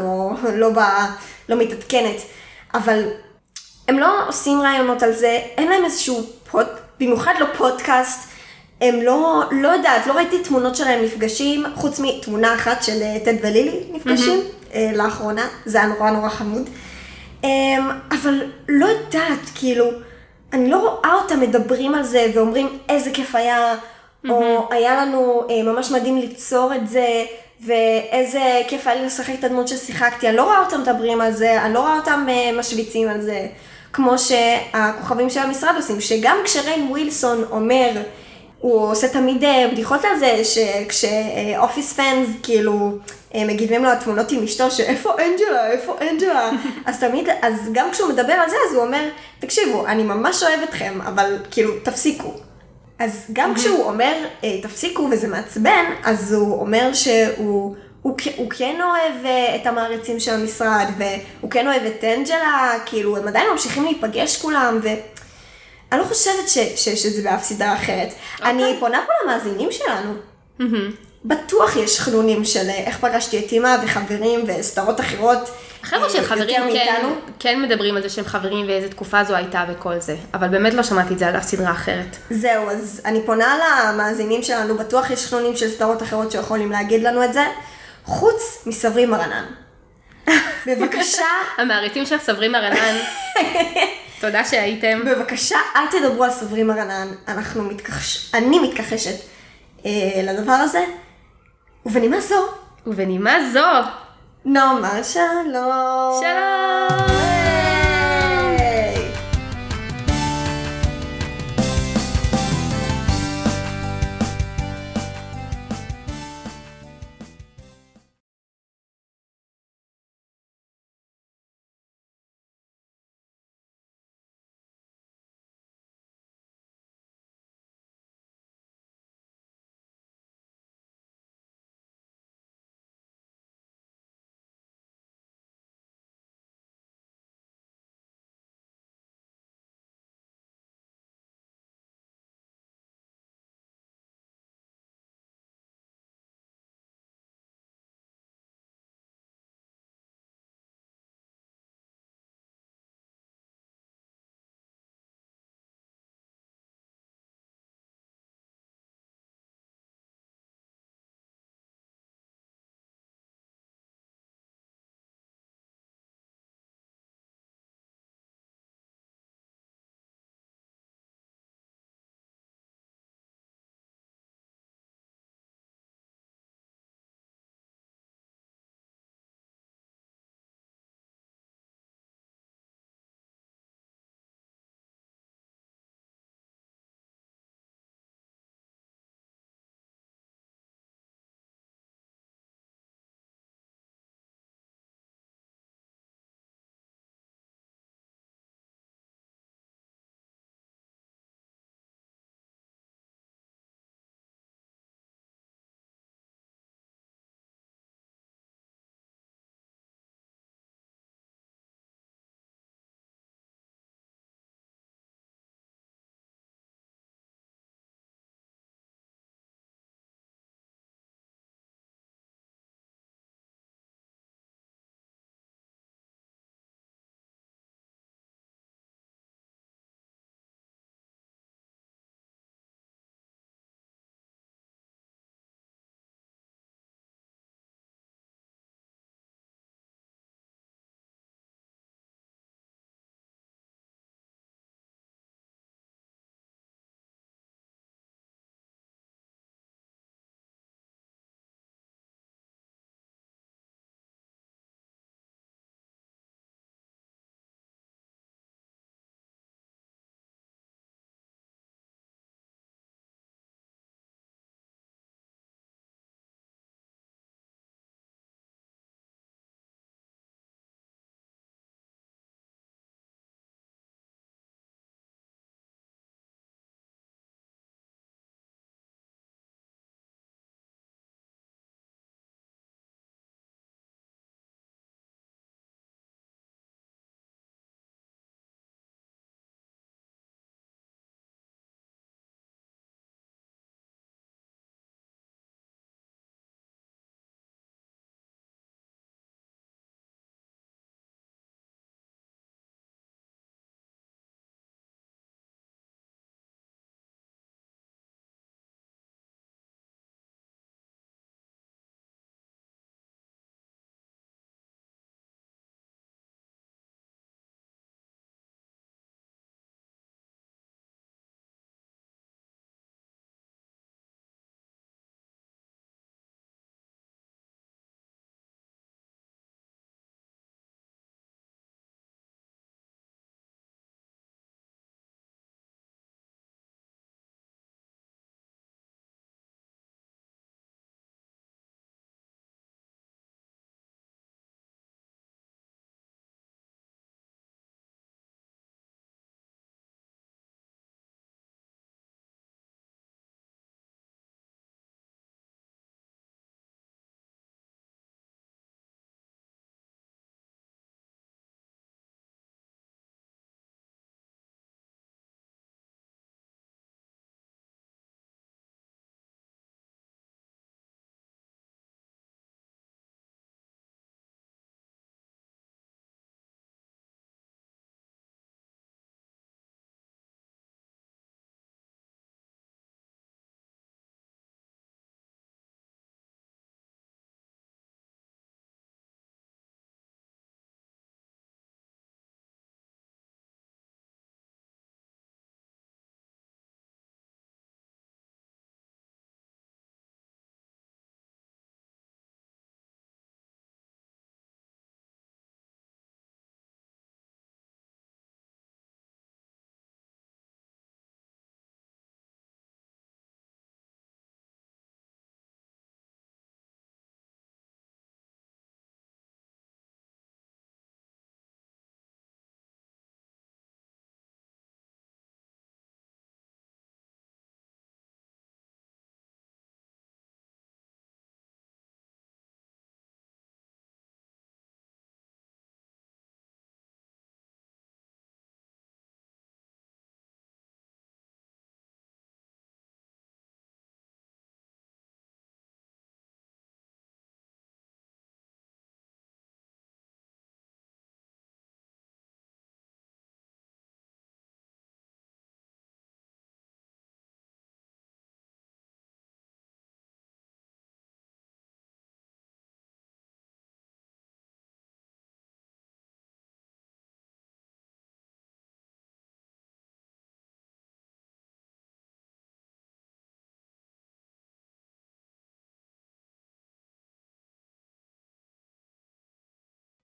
לא מתעדכנת. אבל הם לא עושים רעיונות על זה, אין להם איזשהו במיוחד לא פודקאסט, הם לא יודעת, לא ראיתי תמונות שלהם נפגשים, חוץ מתמונה אחת של טד ולילי נפגשים, לאחרונה, זה היה נורא נורא חמוד. אבל לא יודעת, כאילו, אני לא רואה אותם מדברים על זה ואומרים איזה כיף היה, או היה לנו ממש מדהים ליצור את זה, ואיזה כיף היה לי לשחק את הדמות ששיחקתי, אני לא רואה אותם מדברים על זה, אני לא רואה אותם משוויצים על זה. כמו שהכוכבים של המשרד עושים, שגם כשריין ווילסון אומר, הוא עושה תמיד בדיחות על זה, שכשאופיס פאנס כאילו מגיבים לו התמונות עם אשתו, שאיפה אנג'לה, איפה אנג'לה, אז תמיד, אז גם כשהוא מדבר על זה, אז הוא אומר, תקשיבו, אני ממש אוהב אתכם, אבל כאילו, תפסיקו. אז גם כשהוא אומר, תפסיקו וזה מעצבן, אז הוא אומר שהוא כן אוהב את המעריצים של המשרד, והוא כן אוהב את אנג'לה, כאילו, הם עדיין ממשיכים להיפגש כולם, אני לא חושבת שזה באף סדרה אחרת. אני פונה פה למאזינים שלנו. בטוח יש חנונים של איך פגשתי את אמא וחברים וסדרות אחרות. החבר'ה של חברים כן מדברים על זה שהם חברים ואיזה תקופה זו הייתה וכל זה. אבל באמת לא שמעתי את זה על אף סדרה אחרת. זהו, אז אני פונה למאזינים שלנו. בטוח יש חנונים של סדרות אחרות שיכולים להגיד לנו את זה. חוץ מסברי מרנן. בבקשה. המעריצים של סברי מרנן. תודה שהייתם. בבקשה, אל תדברו על סברי מרנן. אני מתכחשת לדבר הזה. ובנימה זו. נאמר שלום. שלום.